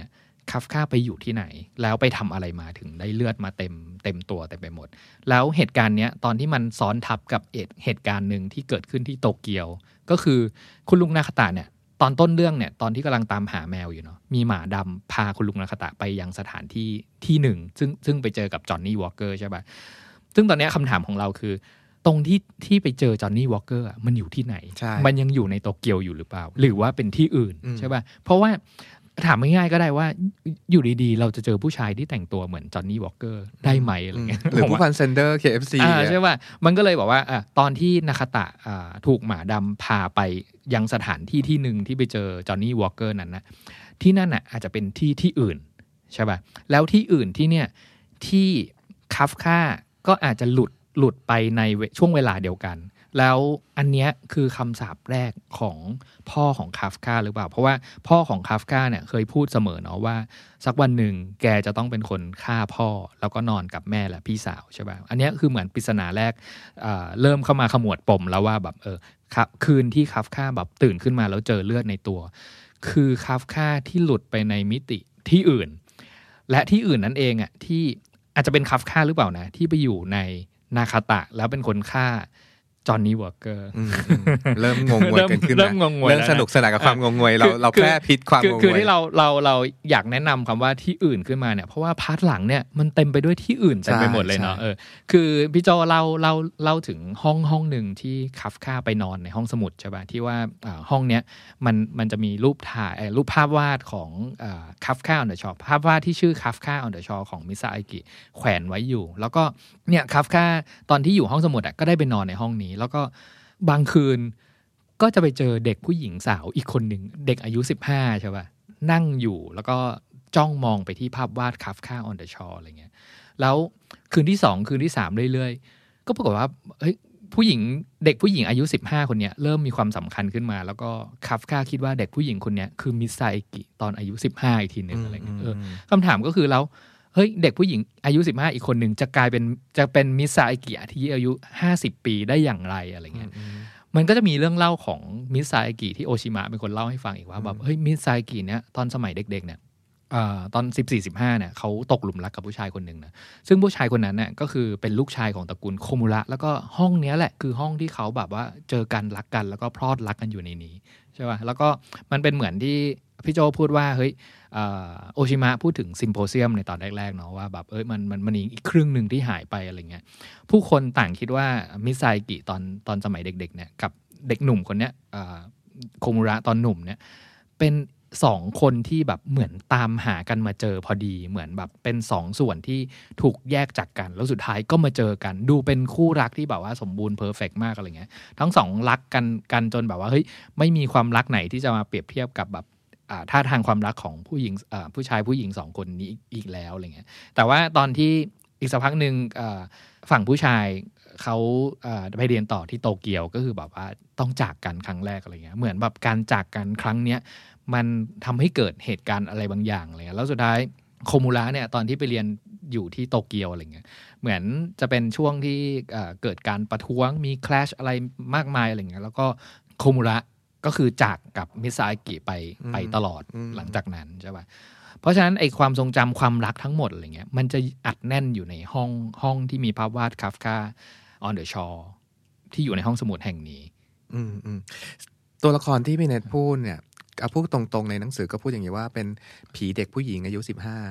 คัฟคาไปอยู่ที่ไหนแล้วไปทำอะไรมาถึงได้เลือดมาเต็มตัวเต็มไปหมดแล้วเหตุการณ์เนี้ยตอนที่มันซ้อนทับกับเหตุการณ์หนึ่งที่เกิดขึ้นที่โตเกียวก็คือคุณลุงนาคาตะเนี่ยตอนต้นเรื่องเนี่ยตอนที่กำลังตามหาแมวอยู่เนาะมีหมาดำพาคุณลุงนาคาตะไปยังสถานที่หนึ่งซึ่งไปเจอกับจอห์นนี่วอลเกอร์ใช่ป่ะซึ่งตอนนี้คำถามของเราคือตรงที่ไปเจอจอห์นนี่วอลเกอร์มันอยู่ที่ไหนมันยังอยู่ในโตเกียวอยู่หรือเปล่าหรือว่าเป็นที่อื่นใช่ป่ะเพราะว่าถามง่ายๆก็ได้ว่าอยู่ดีๆเราจะเจอผู้ชายที่แต่งตัวเหมือนจอห์นนี่วอลเกอร์ได้ไหมอะไรเงี้ยหรือผู้พันเซนเดอร์ KFC ใช่ป่ะมันก็เลยบอกว่าตอนที่นาคาตะถูกหมาดำพาไปยังสถานที่หนึ่งที่ไปเจอจอห์นนี่วอลเกอร์นั้นนะที่นั่นน่ะอาจจะเป็นที่อื่นใช่ป่ะแล้วที่อื่นที่เนี่ยที่คัฟคาก็อาจจะหลุดไปในช่วงเวลาเดียวกันแล้วอันเนี้ยคือคำสาปแรกของพ่อของคาฟคาหรือเปล่าเพราะว่าพ่อของคาฟคาเนี่ยเคยพูดเสมอเนาะว่าสักวันหนึ่งแกจะต้องเป็นคนฆ่าพ่อแล้วก็นอนกับแม่และพี่สาวใช่ป่ะอันเนี้ยคือเหมือนปริศนาแรกเริ่มเข้ามาขมวดปมแล้วว่าแบบคืนที่คาฟคาแบบตื่นขึ้นมาแล้วเจอเลือดในตัวคือคาฟคาที่หลุดไปในมิติที่อื่นและที่อื่นนั่นเองอ่ะที่อาจจะเป็นคาฟคาหรือเปล่านะที่ไปอยู่ในนาคาตะแล้วเป็นคนฆ่าจอห์นนี่วอลเกอร์เริ่มงงงวยกันขึ้นเริ่มสนุกสนานกับความงงงวยเราแค่พิษความงงงวยคือที่เราอยากแนะนำคำว่าที่อื่นขึ้นมาเนี่ยเพราะว่าพาร์ทหลังเนี่ยมันเต็มไปด้วยที่อื่นเต็มไปหมดเลยเนาะคือพี่โจเล่าถึงห้องหนึ่งที่คัฟคาไปนอนในห้องสมุดใช่ป่ะที่ว่าห้องเนี้ยมันจะมีรูปถ่ายรูปภาพวาดของคัฟคาออนเดอะชอร์ภาพวาดที่ชื่อคัฟคาออนเดอะชอร์ของมิซาอากิแขวนไว้อยู่แล้วก็เนี่ยคัฟคาตอนที่อยู่ห้องสมุดก็ได้ไปนอนในห้องนี้แล้วก็บางคืนก็จะไปเจอเด็กผู้หญิงสาวอีกคนหนึ่งเด็กอายุ15ใช่ป่ะนั่งอยู่แล้วก็จ้องมองไปที่ภาพวาด Kafka on the Shore อะไรเงี้ยแล้วคืนที่2คืนที่3เรื่อยๆก็ปรากฏว่าเฮ้ยเด็กผู้หญิงอายุ15คนเนี้ยเริ่มมีความสำคัญขึ้นมาแล้วก็ Kafka คิดว่าเด็กผู้หญิงคนเนี้ยคือมิซาเอกิตอนอายุ15อีกทีนึงอะไรเงี้ยคำถามก็คือแล้วเฮ้ยเด็กผู้หญิงอายุ15อีกคนหนึ่งจะเป็นมิซาเอกิที่อายุ50ปีได้อย่างไรอะไรเงี้ยมันก็จะมีเรื่องเล่าของมิซาเอกิที่โอชิมะเป็นคนเล่าให้ฟังอีกว่าแบบเฮ้ยมิซาเอกิเนี่ยตอนสมัยเด็กๆเนี่ยตอน 14-15 เนี่ยเขาตกหลุมรักกับผู้ชายคนหนึ่งนะซึ่งผู้ชายคนนั้นเนี่ยก็คือเป็นลูกชายของตระกูลโคมุระแล้วก็ห้องเนี้ยแหละคือห้องที่เขาแบบว่าเจอกันรักกันแล้วก็พลอดรักกันอยู่ในนี้ใช่ป่ะแล้วก็มันเป็นเหมือนที่พี่โจพูดว่าเฮ้ยโอชิมะพูดถึงซิมโพเซียมในตอนแรกๆเนาะว่าแบบมันอีกครึ่งหนึ่งที่หายไปอะไรเงี้ยผู้คนต่างคิดว่ามิซาเอกิตอนสมัยเด็กๆเนี่ยกับเด็กหนุ่มคนเนี้ยโคมุระตอนหนุ่มเนี่ยเป็น2คนที่แบบเหมือนตามหากันมาเจอพอดีเหมือนแบบเป็น2ส่วนที่ถูกแยกจากกันแล้วสุดท้ายก็มาเจอกันดูเป็นคู่รักที่แบบว่าสมบูรณ์เพอร์เฟกต์มากอะไรเงี้ยทั้ง2รักกันจนแบบว่าเฮ้ยไม่มีความรักไหนที่จะมาเปรียบเทียบกับแบบท่าทางความรักของผู้ชายผู้หญิง2คนนี้อีกแล้วอะไรเงี้ยแต่ว่าตอนที่อีกสักพักนึงฝั่งผู้ชายเขาไปเรียนต่อที่โตเกียวก็คือแบบว่าต้องจากกันครั้งแรกอะไรเงี้ยเหมือนแบบการจากกันครั้งเนี้ยมันทำให้เกิดเหตุการณ์อะไรบางอย่างอะไรเงี้ยแล้วสุดท้ายโคมุระเนี่ยตอนที่ไปเรียนอยู่ที่โตเกียวอะไรเงี้ยเหมือนจะเป็นช่วงที่เกิดการประท้วงมีคลาชอะไรมากมายอะไรเงี้ยแล้วก็โคมุระก็คือจากกับมิซาอากิไปตลอดหลังจากนั้นใช่ป่ะเพราะฉะนั้นไอความทรงจำความรักทั้งหมดอะไรเงี้ยมันจะอัดแน่นอยู่ในห้องที่มีภาพวาด Kafka on the Shore ที่อยู่ในห้องสมุดแห่งนี้ตัวละครที่พี่เนทพูดเนี่ยพูดตรงๆในหนังสือก็พูดอย่างนี้ว่าเป็นผีเด็กผู้หญิงอายุ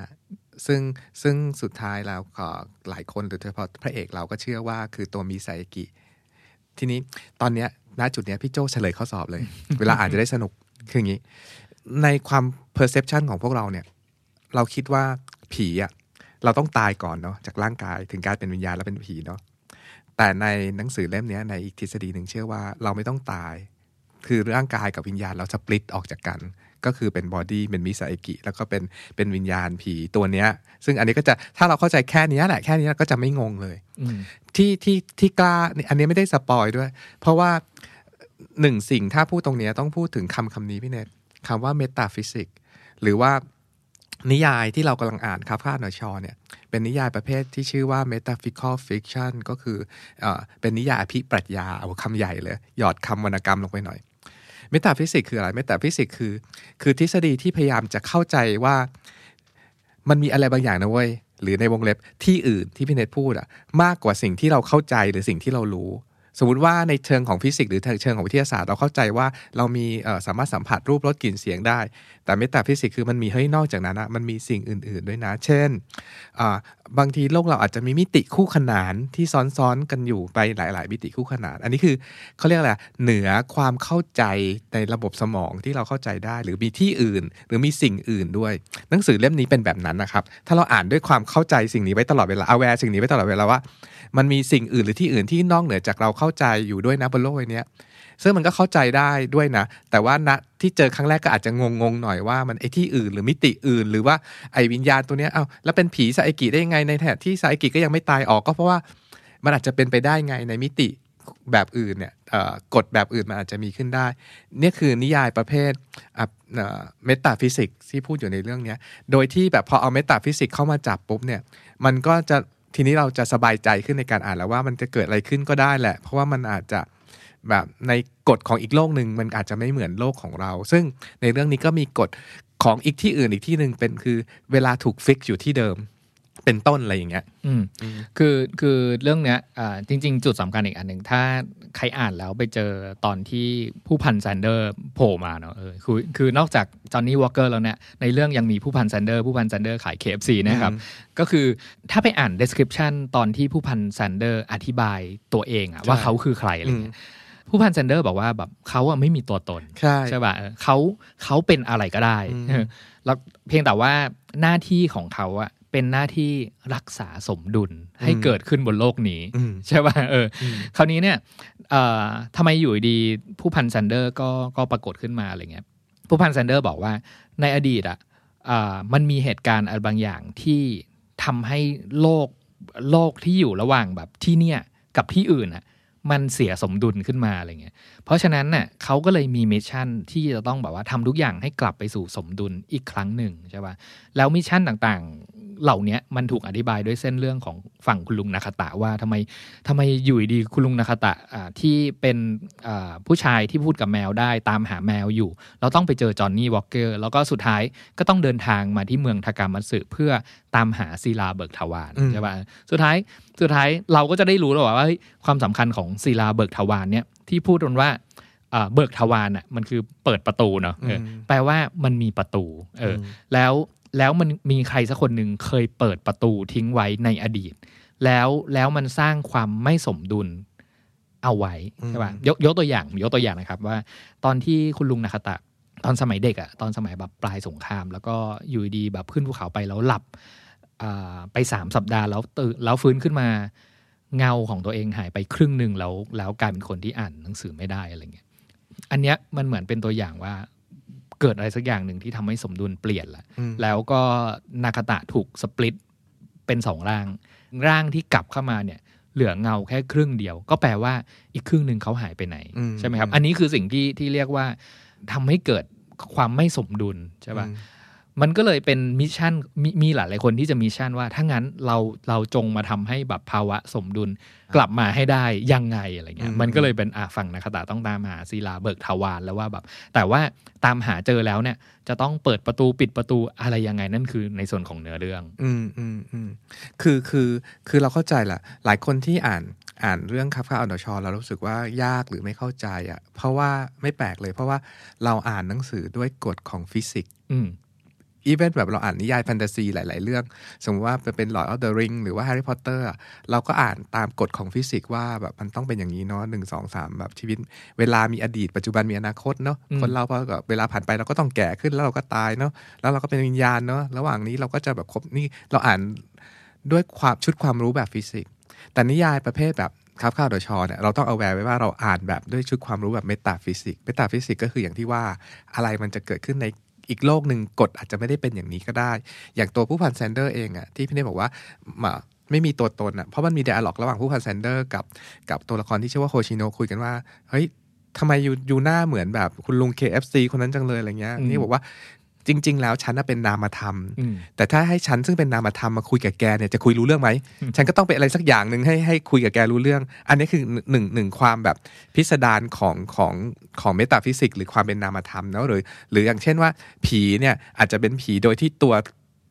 15ซึ่งสุดท้ายแล้วก็หลายคนโดยเฉพาะพระเอกเราก็เชื่อว่าคือตัวมิซาเอกิทีนี้ตอนเนี้ยณจุดเนี้ยพี่โจเฉลยข้อสอบเลย เวลาอ่านจะได้สนุกคืออย่างนี้ในความ perception ของพวกเราเนี่ยเราคิดว่าผีอ่ะเราต้องตายก่อนเนาะจากร่างกายถึงกลายเป็นวิญญาณแล้วเป็นผีเนาะแต่ในหนังสือเล่มนี้ในอีกทฤษฎีหนึ่งเชื่อว่าเราไม่ต้องตายคือร่างกายกับวิญญาณเราสปลิตออกจากกันก็คือเป็นบอดี้เป็นมิซาเอกิแล้วก็เป็นวิญญาณผีตัวเนี้ยซึ่งอันนี้ก็จะถ้าเราเข้าใจแค่นี้แหละแค่นี้ก็จะไม่งงเลยที่กล้าอันนี้ไม่ได้สปอยด้วยเพราะว่าหนึ่งสิ่งถ้าพูดตรงนี้ต้องพูดถึงคำนี้พี่เนทคำว่าเมตาฟิสิกส์หรือว่านิยายที่เรากำลังอ่านคาฟคาเนอร์ชอเนี่ยเป็นนิยายประเภทที่ชื่อว่า metaphysical fiction ก็คือเป็นนิยายอภิปรัชญาเอาคำใหญ่เลยหยอดคำวรรณกรรมลงไปหน่อยเมตาฟิสิกส์คืออะไรเมตาฟิสิกส์คือทฤษฎีที่พยายามจะเข้าใจว่ามันมีอะไรบางอย่างนะเว้ยหรือในวงเล็บที่อื่นที่พี่เนทพูดอะมากกว่าสิ่งที่เราเข้าใจหรือสิ่งที่เรารู้สมมุติว่าในเชิงของฟิสิกส์หรือเชิงของวิทยาศาสตร์เราเข้าใจว่าเรามีสามารถสัมผัสรูปรสกลิ่นเสียงได้แต่เมตาฟิสิกส์คือมันมีเฮ้ยนอกจากนั้นนะมันมีสิ่งอื่นๆด้วยนะเช่นบางทีโลกเราอาจจะมีมิติคู่ขนานที่ซ้อนๆกันอยู่ไปหลายๆมิติคู่ขนานอันนี้คือเขาเรียกอะไรเหนือความเข้าใจในระบบสมองที่เราเข้าใจได้หรือมีที่อื่นหรือมีสิ่งอื่นด้วยหนังสือเล่มนี้เป็นแบบนั้นนะครับถ้าเราอ่านด้วยความเข้าใจสิ่งนี้ไว้ตลอดเวลา aware สิ่งนี้ไว้ตลอดเวลาว่ามันมีสิ่งอื่นหรือที่อื่นที่นอกเหนือจากเราเข้าใจอยู่ด้วยนะบนโลกนี้ซึ่งมันก็เข้าใจได้ด้วยนะแต่ว่าณที่เจอครั้งแรกก็อาจจะงงหน่อยว่ามันไอ้ที่อื่นหรือมิติอื่นหรือว่าไอ้วิญญาณตัวเนี้ยแล้วเป็นผีซาอิกิได้ยังไงในขณะที่ซาอิกิก็ยังไม่ตายออกก็เพราะว่ามันอาจจะเป็นไปได้ไงในมิติแบบอื่นเนี่ยกฎแบบอื่นมันอาจจะมีขึ้นได้นี่คือนิยายประเภทเมตาฟิสิกส์ที่พูดอยู่ในเรื่องนี้โดยที่แบบพอเอาเมตาฟิสิกส์เข้ามาจับปุ๊บเนี่ยมันก็จะทีนี้เราจะสบายใจขึ้นในการอ่านแล้วว่ามันจะเกิดอะไรขึ้นก็ได้แหละเพราะว่ามันอาจจะแบบในกฎของอีกโลกหนึ่งมันอาจจะไม่เหมือนโลกของเราซึ่งในเรื่องนี้ก็มีกฎของอีกที่อื่นอีกที่หนึ่งเป็นคือเวลาถูกฟิกอยู่ที่เดิมเป็นต้นอะไรอย่างเงี้ยคือเรื่องเนี้ยจริงๆจุดสำคัญอีกอันหนึ่งถ้าใครอ่านแล้วไปเจอตอนที่ผู้พันแซนเดอร์โผล่มาเนาะคือนอกจากจอห์นนี่วอลเกอร์แล้วเนี่ยในเรื่องยังมีผู้พันแซนเดอร์ขาย KFC นะครับก็คือถ้าไปอ่าน description ตอนที่ผู้พันแซนเดอร์อธิบายตัวเองอะว่าเขาคือใครอะไรเงี้ยผู้พันแซนเดอร์บอกว่าแบบเขาอะไม่มีตัวตนใช่ป่ะเขาเป็นอะไรก็ได้แล้วเพียงแต่ว่าหน้าที่ของเขาอะเป็นหน้าที่รักษาสมดุลให้เกิดขึ้นบนโลกนี้ใช่ป่ะคราวนี้เนี่ยทำไมอยู่ดีผู้พันแซนเดอร์ก็ปรากฏขึ้นมาอะไรเงี้ยผู้พันแซนเดอร์บอกว่าในอดีตอะมันมีเหตุการณ์อะไรบางอย่างที่ทำให้โลกที่อยู่ระหว่างแบบที่เนี่ยกับที่อื่นอะมันเสียสมดุลขึ้นมาอะไรเงี้ยเพราะฉะนั้นน่ะเขาก็เลยมีมิชชั่นที่จะต้องแบบว่าทำทุกอย่างให้กลับไปสู่สมดุลอีกครั้งหนึ่งใช่ป่ะแล้วมิชชั่นต่างๆเหล่านี้มันถูกอธิบายด้วยเส้นเรื่องของฝั่งคุณลุงนาคาตะว่าทำไมอยู่ดีคุณลุงนาคาตะที่เป็นผู้ชายที่พูดกับแมวได้ตามหาแมวอยู่เราต้องไปเจอจอห์นนี่วอลเกอร์แล้วก็สุดท้ายก็ต้องเดินทางมาที่เมืองทากามัตสึเพื่อตามหาศิลาเบิกทวารใช่ป่ะสุดท้ายเราก็จะได้รู้แล้วว่าความสำคัญของศิลาเบิกทวารเนี่ยที่พูดกันว่าเบิกทวารน่ะมันคือเปิดประตูเนาะแปลว่ามันมีประตูแล้วมันมีใครสักคนหนึ่งเคยเปิดประตูทิ้งไว้ในอดีตแล้วมันสร้างความไม่สมดุลเอาไว้ใช่ป่ะยกตัวอย่างนะครับว่าตอนที่คุณลุงนาคาตะตอนสมัยเด็กอะตอนสมัยแบบปลายสงครามแล้วก็อยู่ดีแบบขึ้นภูเขาไปแล้วหลับไป3 สัปดาห์แล้วตื่นแล้วฟื้นขึ้นมาเงาของตัวเองหายไปครึ่งนึงแล้วกลายเป็นคนที่อ่านหนังสือไม่ได้อะไรเงี้ยอันเนี้ยมันเหมือนเป็นตัวอย่างว่าเกิดอะไรสักอย่างหนึ่งที่ทำให้สมดุลเปลี่ยนแล้วก็นาคาตะถูกสปลิตเป็น2 ร่างที่กลับเข้ามาเนี่ยเหลือเงาแค่ครึ่งเดียวก็แปลว่าอีกครึ่งนึงเขาหายไปไหนใช่ไหมครับอันนี้คือสิ่งที่เรียกว่าทำให้เกิดความไม่สมดุลใช่ป่ะมันก็เลยเป็นมิชชั่นมีหลายคนที่จะมิชชั่นว่าถ้างั้นเราจงมาทำให้แบบภาวะสมดุลกลับมาให้ได้ยังไงอะไรเงี้ยมันก็เลยเป็นฝั่งนาคาตะต้องตามหาศิลาเบิกทวารแล้วว่าแบบแต่ว่าตามหาเจอแล้วเนี่ยจะต้องเปิดประตูปิดประตูอะไรยังไงนั่นคือในส่วนของเนื้อเรื่องคือเราเข้าใจแหละหลายคนที่อ่านเรื่องคับคาอดชเรารู้สึกว่ายากหรือไม่เข้าใจอ่ะเพราะว่าไม่แปลกเลยเพราะว่าเราอ่านหนังสือด้วยกฎของฟิสิกส์อีเวนต์แบบเราอ่านนิยายแฟนตาซีหลายๆเรื่องสมมติว่าเป็น Lord of the Ring หรือว่า Harry Potter เราก็อ่านตามกฎของฟิสิกส์ว่าแบบมันต้องเป็นอย่างนี้เนาะ1 2 3แบบชีวิตเวลามีอดีตปัจจุบันมีอนาคตเนาะคนเราพอเวลาผ่านไปเราก็ต้องแก่ขึ้นแล้วเราก็ตายเนาะแล้วเราก็เป็นวิญญาณเนาะระหว่างนี้เราก็จะแบบครบนี่เราอ่านด้วยชุดความรู้แบบฟิสิกส์แต่นิยายประเภทแบบคับคาอดชเนี่ยเราต้องเอาแวร์ไว้ว่าเราอ่านแบบด้วยชุดความรู้แบบเมตาฟิสิกส์ก็คืออย่างที่ว่าอะไรมันจะเกิดขึ้นในอีกโลกหนึ่งกฎอาจจะไม่ได้เป็นอย่างนี้ก็ได้อย่างตัวผู้พันแซนเดอร์เองอะที่พี่เนทบอกว่าไม่มีตัวตนอะเพราะมันมีไดอะล็อกระหว่างผู้พันแซนเดอร์กับตัวละครที่ชื่อว่าโฮชิโนะคุยกันว่าเฮ้ยทำไมอยู่หน้าเหมือนแบบคุณลุง KFC คนนั้นจังเลยอะไรเงี้ยนี่บอกว่าจริงๆแล้วฉันเป็นนามธรรมแต่ถ้าให้ฉันซึ่งเป็นนามธรรมมาคุยกับแกเนี่ยจะคุยรู้เรื่องไหมฉันก็ต้องเป็นอะไรสักอย่างนึงให้คุยกับแกรู้เรื่องอันนี้คือหนึ่งความแบบพิสดารของเมตาฟิสิกส์หรือความเป็นนามธรรมเนาะหรืออย่างเช่นว่าผีเนี่ยอาจจะเป็นผีโดยที่ตัว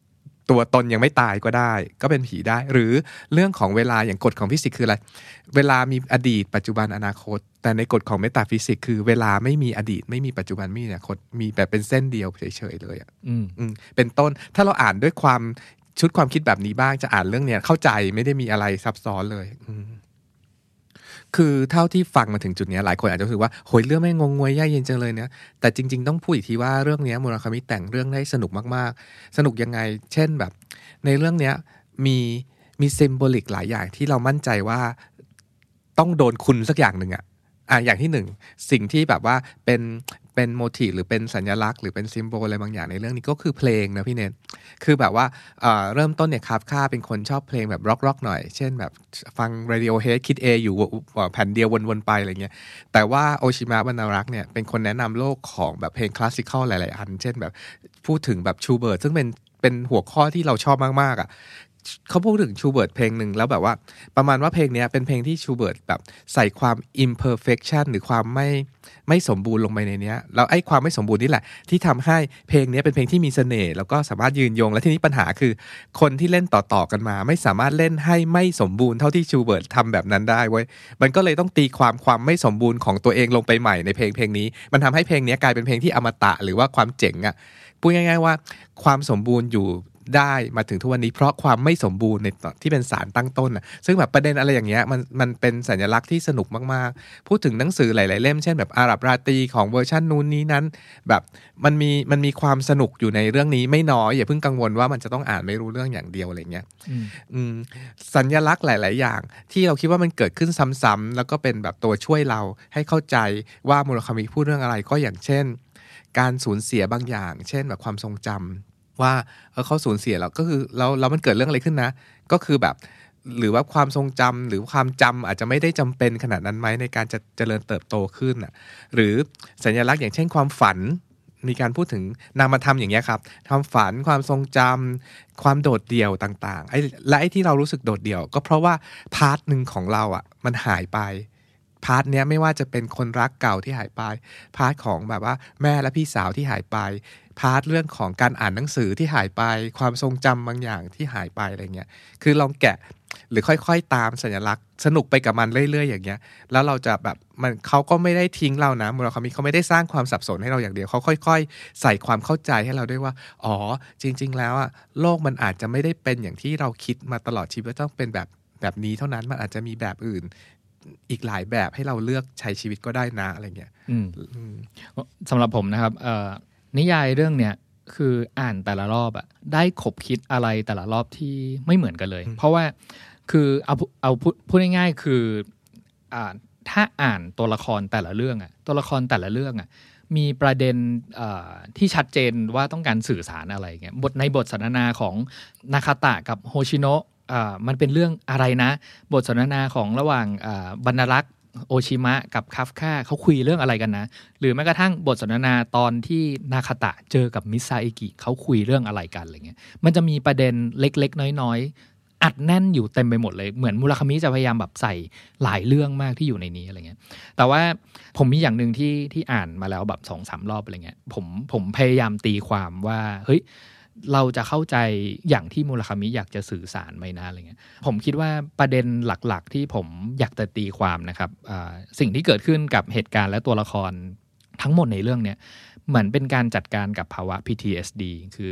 ตัวตนยังไม่ตายก็ได้ก็เป็นผีได้หรือเรื่องของเวลาอย่างกฎของฟิสิกส์คืออะไรเวลามีอดีตปัจจุบันอนาคตแต่ในกฎของเมตาฟิสิกส์คือเวลาไม่มีอดีตไม่มีปัจจุบันไม่มีอนาคตมีแบบเป็นเส้นเดียวเฉยๆเลยอ่ะเป็นต้นถ้าเราอ่านด้วยความชุดความคิดแบบนี้บ้างจะอ่านเรื่องเนี้ยเข้าใจไม่ได้มีอะไรซับซ้อนเลยคือเท่าที่ฟังมาถึงจุดนี้หลายคนอาจจะรู้สึกว่าโหยเรื่องไม่งงงวยยากเย็นจังเลยเนี่ยแต่จริงๆต้องพูดอีกทีว่าเรื่องนี้มุราคามิแต่งเรื่องได้สนุกมากๆสนุกยังไงเช่นแบบในเรื่องนี้มีซิมโบลิกหลายอย่างที่เรามั่นใจว่าต้องโดนคุณสักอย่างหนึ่งอย่างที่หนึ่งสิ่งที่แบบว่าเป็นโมทีฟหรือเป็นสัญลักษณ์หรือเป็นซิมโบลอะไรบางอย่างในเรื่องนี้ก็คือเพลงนะพี่เนทคือแบบว่าเริ่มต้นเนี่ยคาฟคาเป็นคนชอบเพลงแบบร็อกหน่อยเช่นแบบฟัง Radiohead คิดอยู่แผ่นเดียววนๆไปอะไรเงี้ยแต่ว่าโอชิมะบรรณรักษ์เนี่ยเป็นคนแนะนำโลกของแบบเพลงคลาสสิคอลหลายๆอันเช่นแบบพูดถึงแบบชูเบิร์ตซึ่งเป็นหัวข้อที่เราชอบมากๆเขาพูดถึงชูเบิร์ตเพลงหนึ่งแล้วแบบว่าประมาณว่าเพลงนี้เป็นเพลงที่ชูเบิร์ตแบบใส่ความ imperfection หรือความไม่สมบูรณ์ลงไปในนี้แล้วไอ้ความไม่สมบูรณ์นี่แหละที่ทำให้เพลงนี้เป็นเพลงที่มีเสน่ห์แล้วก็สามารถยืนยงและทีนี้ปัญหาคือคนที่เล่นต่อๆกันมาไม่สามารถเล่นให้ไม่สมบูรณ์เท่าที่ชูเบิร์ตทำแบบนั้นได้เว้ยมันก็เลยต้องตีความไม่สมบูรณ์ของตัวเองลงไปใหม่ในเพลงนี้มันทำให้เพลงนี้กลายเป็นเพลงที่อมตะหรือว่าความเจ๋งพูดง่ายๆว่าความสมบูรณ์อยู่ได้มาถึงทุกวันนี้เพราะความไม่สมบูรณ์ในที่เป็นสารตั้งต้นซึ่งแบบประเด็นอะไรอย่างเงี้ยมันเป็นสัญลักษณ์ที่สนุกมากๆพูดถึงหนังสือหลายๆเล่มเช่นแบบอาหรับราตรีของเวอร์ชันนู้นนี้นั้นแบบมันมีความสนุกอยู่ในเรื่องนี้ไม่น้อยอย่าเพิ่งกังวลว่ามันจะต้องอ่านไม่รู้เรื่องอย่างเดียวอะไรเงี้ยสัญลักษณ์หลายๆอย่างที่เราคิดว่ามันเกิดขึ้นซ้ำๆแล้วก็เป็นแบบตัวช่วยเราให้เข้าใจว่ามุราคามิพูดเรื่องอะไรก็อย่างเช่นการสูญเสียบางอย่างเช่นแบบความทรงจำว่าเขาสูญเสียแล้วก็คือแล้วมันเกิดเรื่องอะไรขึ้นนะก็คือแบบหรือว่าความทรงจำหรือความจำอาจจะไม่ได้จำเป็นขนาดนั้นไหมในการจะเจริญเติบโตขึ้นหรือสัญลักษณ์อย่างเช่นความฝันมีการพูดถึงนามธรรมอย่างเงี้ยครับความฝันความทรงจำความโดดเดี่ยวต่างๆและไอ้ที่เรารู้สึกโดดเดี่ยวก็เพราะว่าพาร์ทนึงของเรามันหายไปพาร์ทเนี้ยไม่ว่าจะเป็นคนรักเก่าที่หายไปพาร์ทของแบบว่าแม่และพี่สาวที่หายไปพาร์ทเรื่องของการอ่านหนังสือที่หายไปความทรงจำบางอย่างที่หายไปอะไรเงี้ยคือลองแกะหรือค่อยๆตามสัญลักษณ์สนุกไปกับมันเรื่อยๆอย่างเงี้ยแล้วเราจะแบบมันเขาก็ไม่ได้ทิ้งเรานะมุราคามิเขาไม่ได้สร้างความสับสนให้เราอย่างเดียวเขาค่อยๆใส่ความเข้าใจให้เราด้วยว่าอ๋อจริงๆแล้วโลกมันอาจจะไม่ได้เป็นอย่างที่เราคิดมาตลอดชีวิตว่าต้องเป็นแบบนี้เท่านั้นมันอาจจะมีแบบอื่นอีกหลายแบบให้เราเลือกใช้ชีวิตก็ได้นะอะไรเงี้ยสำหรับผมนะครับนิยายเรื่องเนี้ยคืออ่านแต่ละรอบได้ขบคิดอะไรแต่ละรอบที่ไม่เหมือนกันเลยเพราะว่าคือเอาพูดง่ายๆคือถ้าอ่านตัวละครแต่ละเรื่องตัวละครแต่ละเรื่องมีประเด็นที่ชัดเจนว่าต้องการสื่อสารอะไรเงี้ยในบทสนทนาของนาคาตะกับโฮชิโนะมันเป็นเรื่องอะไรนะบทสนทนาของระหว่างบรรณรักษ์โอชิมะกับคาฟคาเขาคุยเรื่องอะไรกันนะหรือแม้กระทั่งบทสนทนาตอนที่นาคาตะเจอกับมิซาอิกิเขาคุยเรื่องอะไรกันอะไรเงี้ยมันจะมีประเด็นเล็กๆน้อยๆอัดแน่นอยู่เต็มไปหมดเลยเหมือนมุราคามิจะพยายามแบบใส่หลายเรื่องมากที่อยู่ในนี้อะไรเงี้ยแต่ว่าผมมีอย่างนึงที่อ่านมาแล้วแบบ 2-3 รอบอะไรเงี้ยผมพยายามตีความว่าเฮ้ยเราจะเข้าใจอย่างที่มุราคามิอยากจะสื่อสารไหมนะอะไรเงี้ยผมคิดว่าประเด็นหลักๆที่ผมอยากจะตีความนะครับสิ่งที่เกิดขึ้นกับเหตุการณ์และตัวละครทั้งหมดในเรื่องเนี้ยเหมือนเป็นการจัดการกับภาวะ PTSD คือ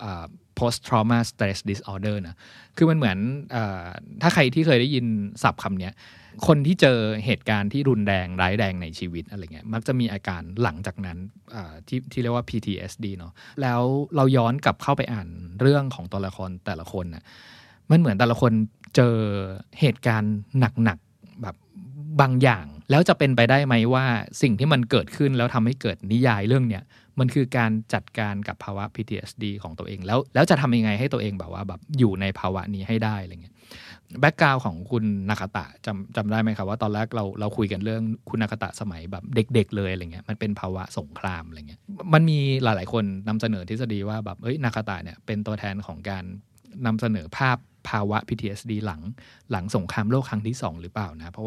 post trauma stress disorder นะคือมันเหมือนถ้าใครที่เคยได้ยินศัพท์คำนี้คนที่เจอเหตุการณ์ที่รุนแรงร้ายแรงในชีวิตอะไรเงี้ยมักจะมีอาการหลังจากนั้นที่เรียกว่า PTSD เนาะแล้วเราย้อนกลับเข้าไปอ่านเรื่องของตัวละครแต่ละคนน่ะมันเหมือนแต่ละคนเจอเหตุการณ์หนักๆแบบบางอย่างแล้วจะเป็นไปได้ไหมว่าสิ่งที่มันเกิดขึ้นแล้วทำให้เกิดนิยายเรื่องเนี้ยมันคือการจัดการกับภาวะ PTSD ของตัวเองแล้วจะทำยังไงให้ตัวเองแบบว่าแบบอยู่ในภาวะนี้ให้ได้อะไรเงี้ยแบ็คกราวด์ของคุณนาคาตะจำได้ไหมครับว่าตอนแรกเราคุยกันเรื่องคุณนาคาตะสมัยแบบเด็กๆเลยอะไรเงี้ยมันเป็นภาวะสงครามอะไรเงี้ยมันมีหลายๆคนนำเสนอทฤษฎีว่าแบบนาคาตะเนี่ยเป็นตัวแทนของการนำเสนอภาพ ภาวะ PTSD หลังสงครามโลกครั้งที่2หรือเปล่านะเพราะว่า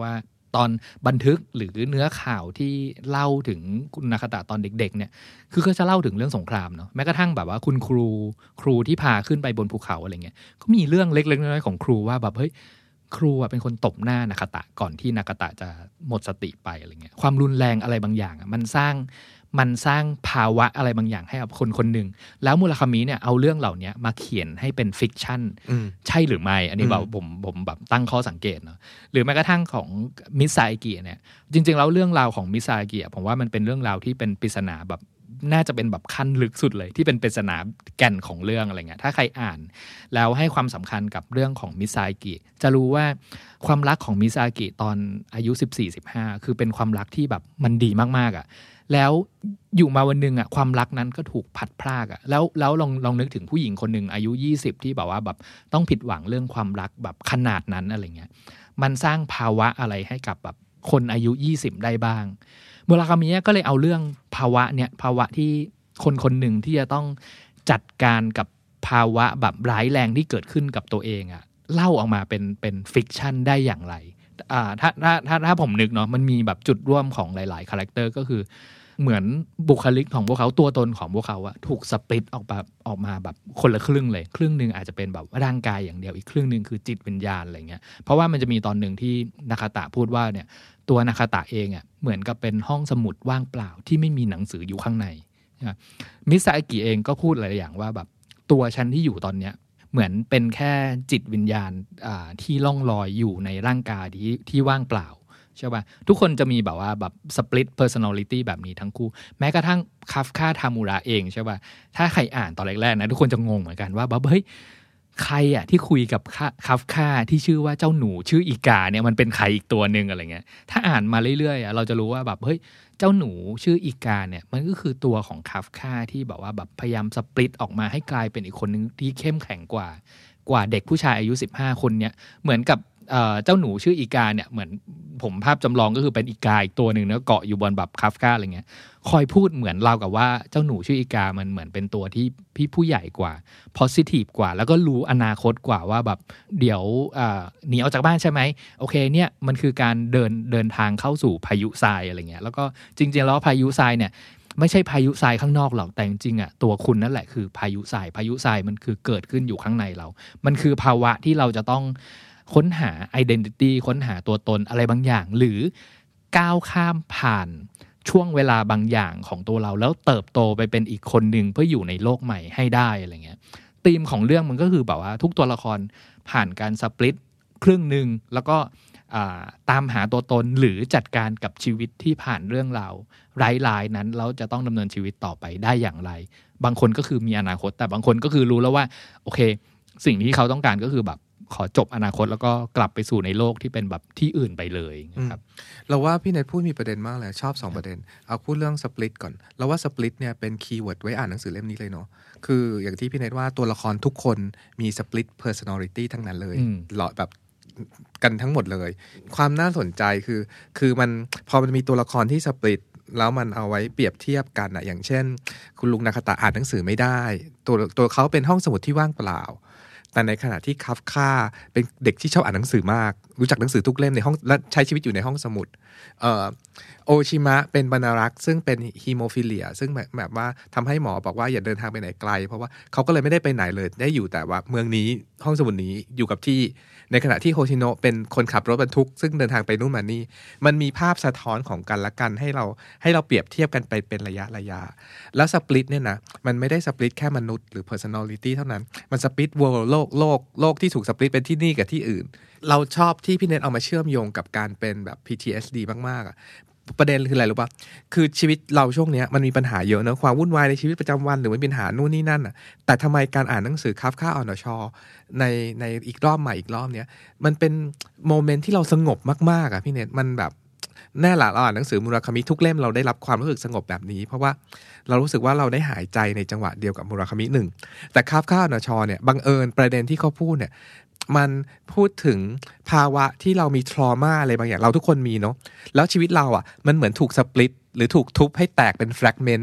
ตอนบันทึกหรือเนื้อข่าวที่เล่าถึงคุณนาคาตะตอนเด็กๆเนี่ยคือก็จะเล่าถึงเรื่องสงครามเนาะแม้กระทั่งแบบว่าคุณครูที่พาขึ้นไปบนภูเขาอะไรเงี้ยก็มีเรื่องเล็กๆน้อยๆของครูว่าแบบเฮ้ยครูเป็นคนตบหน้านาคาตะก่อนที่นาคาตะจะหมดสติไปอะไรเงี้ยความรุนแรงอะไรบางอย่างมันสร้างภาวะอะไรบางอย่างให้กับคนคนหนึ่งแล้วมุราคามิเนี่ยเอาเรื่องเหล่านี้มาเขียนให้เป็นฟิกชันใช่หรือไม่อันนี้แบบผมแบบตั้งข้อสังเกตเนาะหรือแม้กระทั่งของมิซาอิกิเนี่ยจริงๆแล้วเรื่องราวของมิซาอิกิผมว่ามันเป็นเรื่องราวที่เป็นปริศนาแบบน่าจะเป็นแบบขั้นลึกสุดเลยที่เป็นปริศนาแก่นของเรื่องอะไรเงี้ยถ้าใครอ่านแล้วให้ความสำคัญกับเรื่องของมิซาอิกิจะรู้ว่าความรักของมิซาอิกิตอนอายุ 14-15 คือเป็นความรักที่แบบมันดีมากๆอ่ะแล้วอยู่มาวันนึงอ่ะความรักนั้นก็ถูกพัดพรากอ่ะแล้วลองนึกถึงผู้หญิงคนหนึ่งอายุ20ที่แบบว่าแบบต้องผิดหวังเรื่องความรักแบบขนาดนั้นอะไรเงี้ยมันสร้างภาวะอะไรให้กับแบบคนอายุ20ได้บ้างมุราคามิก็เลยเอาเรื่องภาวะที่คนหนึ่งที่จะต้องจัดการกับภาวะแบบร้ายแรงที่เกิดขึ้นกับตัวเองอ่ะเล่าออกมาเป็นฟิกชันได้อย่างไรถ้าผมนึกเนาะมันมีแบบจุดร่วมของหลายๆคาแรคเตอร์ก็คือเหมือนบุคลิกของพวกเขาตัวตนของพวกเขาอะถูกสปลิตออกมาแบบคนละครึ่งเลยครึ่งนึงอาจจะเป็นแบบร่างกายอย่างเดียวอีกครึ่งนึงคือจิตวิญญาณอะไรเงี้ยเพราะว่ามันจะมีตอนหนึ่งที่นาคาตะพูดว่าเนี่ยตัวนาคาตะเองอะเหมือนกับเป็นห้องสมุดว่างเปล่าที่ไม่มีหนังสืออยู่ข้างในมิซาอิกิเองก็พูดหลายอย่างว่าแบบตัวฉันที่อยู่ตอนเนี้ยเหมือนเป็นแค่จิตวิญญาณที่ล่องลอยอยู่ในร่างกายที่ว่างเปล่าใช่ป่ะทุกคนจะมีแบบว่าแบบ split personality แบบนี้ทั้งคู่แม้กระทั่งคาฟคาทามุระเองใช่ป่ะถ้าใครอ่านตอนแรกๆนะทุกคนจะงงเหมือนกันว่าแบบเฮ้ยใครอะที่คุยกับคาฟคาที่ชื่อว่าเจ้าหนูชื่ออีกาเนี่ยมันเป็นใครอีกตัวนึงอะไรเงี้ยถ้าอ่านมาเรื่อยๆเราจะรู้ว่าแบบเฮ้ยเจ้าหนูชื่ออีกาเนี่ยมันก็คือตัวของคาฟคาที่แบบว่าแบบพยายามสปลิตออกมาให้กลายเป็นอีกคนนึงที่เข้มแข็งกว่าเด็กผู้ชายอายุ15คนเนี่ยเหมือนกับเจ้าหนูชื่ออีกาเนี่ยเหมือนผมภาพจำลองก็คือเป็นอีกาอีกตัวหนึ่งแล้วเกาะอยู่บนแบบคาฟคาอะไรเงี้ยคอยพูดเหมือนเรากับว่าเจ้าหนูชื่ออีกามันเหมือนเป็นตัวที่พี่ผู้ใหญ่กว่า positive กว่าแล้วก็รู้อนาคตกว่าว่าแบบเดี๋ยวหนีออกจากบ้านใช่ไหมโอเคเนี่ยมันคือการเดินทางเข้าสู่พายุทรายอะไรเงี้ยแล้วก็จริงๆแล้วพายุทรายเนี่ยไม่ใช่พายุทรายข้างนอกหรอกแต่จริงๆอ่ะตัวคุณนั่นแหละคือพายุทรายมันคือเกิดขึ้นอยู่ข้างในเรามันคือภาวะที่เราจะต้องค้นหา identity ค้นหาตัวตนอะไรบางอย่างหรือก้าวข้ามผ่านช่วงเวลาบางอย่างของตัวเราแล้วเติบโตไปเป็นอีกคนหนึ่งเพื่ออยู่ในโลกใหม่ให้ได้อะไรเงี้ยธีมของเรื่องมันก็คือแบบว่าทุกตัวละครผ่านการสปลิตครึ่งนึงแล้วก็ตามหาตัวตนหรือจัดการกับชีวิตที่ผ่านเรื่องราวร้ายๆนั้นแล้วจะต้องดำเนินชีวิตต่อไปได้อย่างไรบางคนก็คือมีอนาคตแต่บางคนก็คือรู้แล้วว่าโอเคสิ่งที่เขาต้องการก็คือแบบขอจบอนาคตแล้วก็กลับไปสู่ในโลกที่เป็นแบบที่อื่นไปเลยนะครับเราว่าพี่เนทพูดมีประเด็นมากเลยชอบ2ประเด็นเอาพูดเรื่องสปลิตก่อนเราว่าสปลิตเนี่ยเป็นคีย์เวิร์ดไว้อ่านหนังสือเล่มนี้เลยเนาะคืออย่างที่พี่เนทว่าตัวละครทุกคนมีสปลิตเพอร์ซันอลิตี้ทั้งนั้นเลยหลอดแบบกันทั้งหมดเลยความน่าสนใจคือมันพอมันมีตัวละครที่สปลิตแล้วมันเอาไว้เปรียบเทียบกันอะอย่างเช่นคุณลุงนาคาตะอ่านหนังสือไม่ได้ตัวเขาเป็นห้องสมุดที่ว่างเปล่าแต่ในขณะที่คาฟคาเป็นเด็กที่ชอบอ่านหนังสือมากรู้จักหนังสือทุกเล่มในห้องและใช้ชีวิตอยู่ในห้องสมุดโอชิมะเป็นบรรณารักษ์ซึ่งเป็นฮีโมฟิเลียซึ่งแบบว่าทำให้หมอบอกว่าอย่าเดินทางไปไหนไกลเพราะว่าเขาก็เลยไม่ได้ไปไหนเลยได้อยู่แต่ว่าเมืองนี้ห้องสมุดนี้อยู่กับที่ในขณะที่โฮชิโนะเป็นคนขับรถบรรทุกซึ่งเดินทางไปนู่นมานี่มันมีภาพสะท้อนของกันและกันให้เราเปรียบเทียบกันไปเป็นระยะแล้วสปลิตเนี่ยนะมันไม่ได้สปลิตแค่มนุษย์หรือ personality เท่านั้นมันสปลิต world โลกที่ถูกสปลิตเป็นที่นี่กับที่อื่นเราชอบที่พี่เนทเอามาเชื่อมโยงกับการเป็นแบบ PTSD มากๆประเด็นคืออะไรรู้ป่ะคือชีวิตเราช่วงนี้มันมีปัญหาเยอะนะความวุ่นวายในชีวิตประจำวันหรือมันเป็นปัญหานู่นนี่นั่นอ่ะแต่ทำไมการอ่านหนังสือคาฟคาออนชอในอีกรอบใหม่อีกรอบเนี้ยมันเป็นโมเมนต์ที่เราสงบมากๆอ่ะพี่เนทมันแบบแน่ละเราอ่านหนังสือมุราคามิทุกเล่มเราได้รับความรู้สึกสงบแบบนี้เพราะว่าเรารู้สึกว่าเราได้หายใจในจังหวะเดียวกับมุราคามิ1แต่คาฟคาออนชอเนี่ยบังเอิญประเด็นที่เขาพูดเนี่ยมันพูดถึงภาวะที่เรามีทรอมาอะไรบางอย่างเราทุกคนมีเนาะแล้วชีวิตเราอ่ะมันเหมือนถูกสปลิตหรือถูกทุบให้แตกเป็นแฟรกเมนต์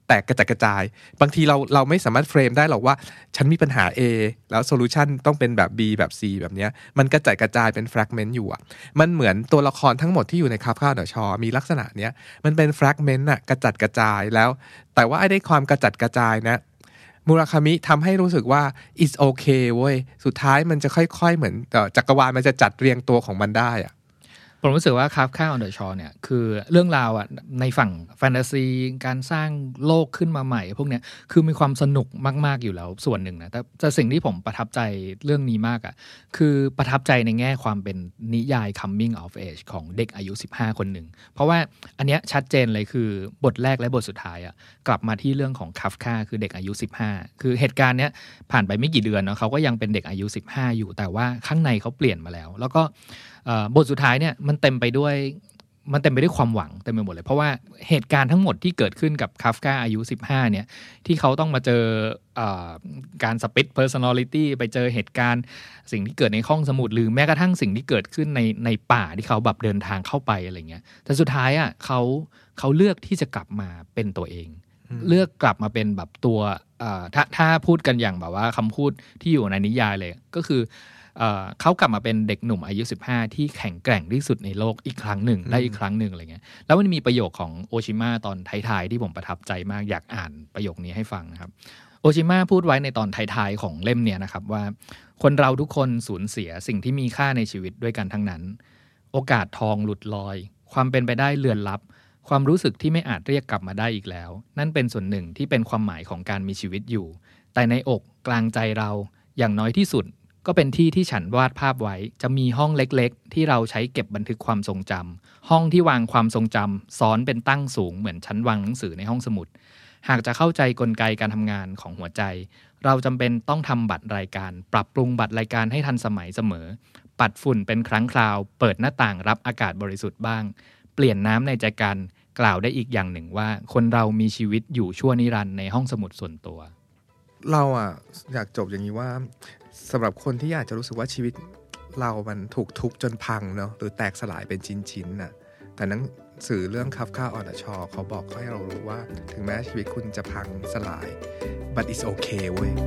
แตกกระจัดกระจายบางทีเราไม่สามารถเฟรมได้หรอกว่าฉันมีปัญหา A แล้วโซลูชันต้องเป็นแบบ B แบบ C แบบเนี้ยมันกระจัดกระจายเป็นแฟรกเมนต์อยู่อ่ะมันเหมือนตัวละครทั้งหมดที่อยู่ในคาฟคาเดอะชอมีลักษณะเนี้ยมันเป็นแฟรกเมนต์อ่ะกระจัดกระจายแล้วแต่ว่าไอ้ได้ความกระจัดกระจายนะมูราคามิทำให้รู้สึกว่า it's okay เว้ยสุดท้ายมันจะค่อยๆเหมือนจักรวาลมันจะจัดเรียงตัวของมันได้อ่ะผมรู้สึกว่า Kafka on the Shore เนี่ยคือเรื่องราวอ่ะในฝั่งแฟนตาซีการสร้างโลกขึ้นมาใหม่พวกเนี้ยคือมีความสนุกมากๆอยู่แล้วส่วนหนึ่งนะแต่สิ่งที่ผมประทับใจเรื่องนี้มากอ่ะคือประทับใจในแง่ความเป็นนิยาย coming of age ของเด็กอายุ15คนหนึ่งเพราะว่าอันเนี้ยชัดเจนเลยคือบทแรกและบทสุดท้ายอ่ะกลับมาที่เรื่องของ Kafka คือเด็กอายุ15คือเหตุการณ์เนี้ยผ่านไปไม่กี่เดือนเนาะเขาก็ยังเป็นเด็กอายุ15อยู่แต่ว่าข้างในเขาเปลี่ยนมาแล้วก็บทสุดท้ายเนี่ยมันเต็มไปด้วยความหวังเต็มไปหมดเลยเพราะว่าเหตุการณ์ทั้งหมดที่เกิดขึ้นกับคาฟกาอายุ15เนี่ยที่เขาต้องมาเจอการสปิต personality ไปเจอเหตุการณ์สิ่งที่เกิดในห้องสมุดหรือแม้กระทั่งสิ่งที่เกิดขึ้นในป่าที่เขาแบบเดินทางเข้าไปอะไรเงี้ยแต่สุดท้ายอ่ะเขาเลือกที่จะกลับมาเป็นตัวเองเลือกกลับมาเป็นแบบตัวถ้าพูดกันอย่างแบบว่าคำพูดที่อยู่ในนิยายเลยก็คือเขากลับมาเป็นเด็กหนุ่มอายุ15ที่แข็งแกร่งที่สุดในโลกอีกครั้งหนึ่งได้อีกครั้งหนึ่งอะไรเงี้ยแล้วมันมีประโยคของโอชิมะตอนท้ายๆที่ผมประทับใจมากอยากอ่านประโยคนี้ให้ฟังนะครับโอชิมะพูดไว้ในตอนท้ายๆของเล่มเนี่ยนะครับว่าคนเราทุกคนสูญเสียสิ่งที่มีค่าในชีวิตด้วยกันทั้งนั้นโอกาสทองหลุดลอยความเป็นไปได้เลือนลับความรู้สึกที่ไม่อาจเรียกกลับมาได้อีกแล้วนั่นเป็นส่วนหนึ่งที่เป็นความหมายของการมีชีวิตอยู่แต่ในอกกลางใจเราอย่างน้อยที่สุดก็เป็นที่ที่ฉันวาดภาพไว้จะมีห้องเล็กๆที่เราใช้เก็บบันทึกความทรงจำห้องที่วางความทรงจำซ้อนเป็นตั้งสูงเหมือนชั้นวางหนังสือในห้องสมุดหากจะเข้าใจกลไกการทำงานของหัวใจเราจำเป็นต้องทำบัตรรายการปรับปรุงบัตรรายการให้ทันสมัยเสมอปัดฝุ่นเป็นครั้งคราวเปิดหน้าต่างรับอากาศบริสุทธิ์บ้างเปลี่ยนน้ำในใจกันกล่าวได้อีกอย่างหนึ่งว่าคนเรามีชีวิตอยู่ชั่วนิรันดร์ในห้องสมุดส่วนตัวเราอยากจบอย่างนี้ว่าสำหรับคนที่อยากจะรู้สึกว่าชีวิตเรามันถูกทุบจนพังเนาะหรือแตกสลายเป็นชิ้นๆน่ะแต่หนังสือเรื่อง Kafka on the Shore เขาบอกให้เรารู้ว่าถึงแม้ชีวิตคุณจะพังสลาย but it's okay เว้ย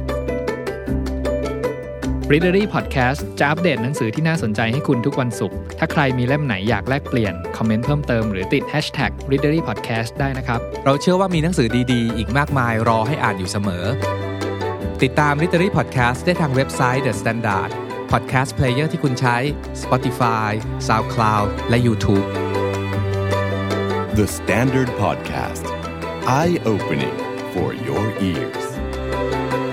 Readery Podcast จะอัปเดตหนังสือที่น่าสนใจให้คุณทุกวันศุกร์ถ้าใครมีเล่มไหนอยากแลกเปลี่ยนคอมเมนต์เพิ่มเติมหรือติด Hashtag Readery Podcast ได้นะครับเราเชื่อว่ามีหนังสือดีๆอีกมากมายรอให้อ่านอยู่เสมอติดตาม Readery Podcast ได้ทางเว็บไซต์ The Standard Podcast Player ที่คุณใช้ Spotify, SoundCloud และ YouTube The Standard Podcast Eye Opening for your ears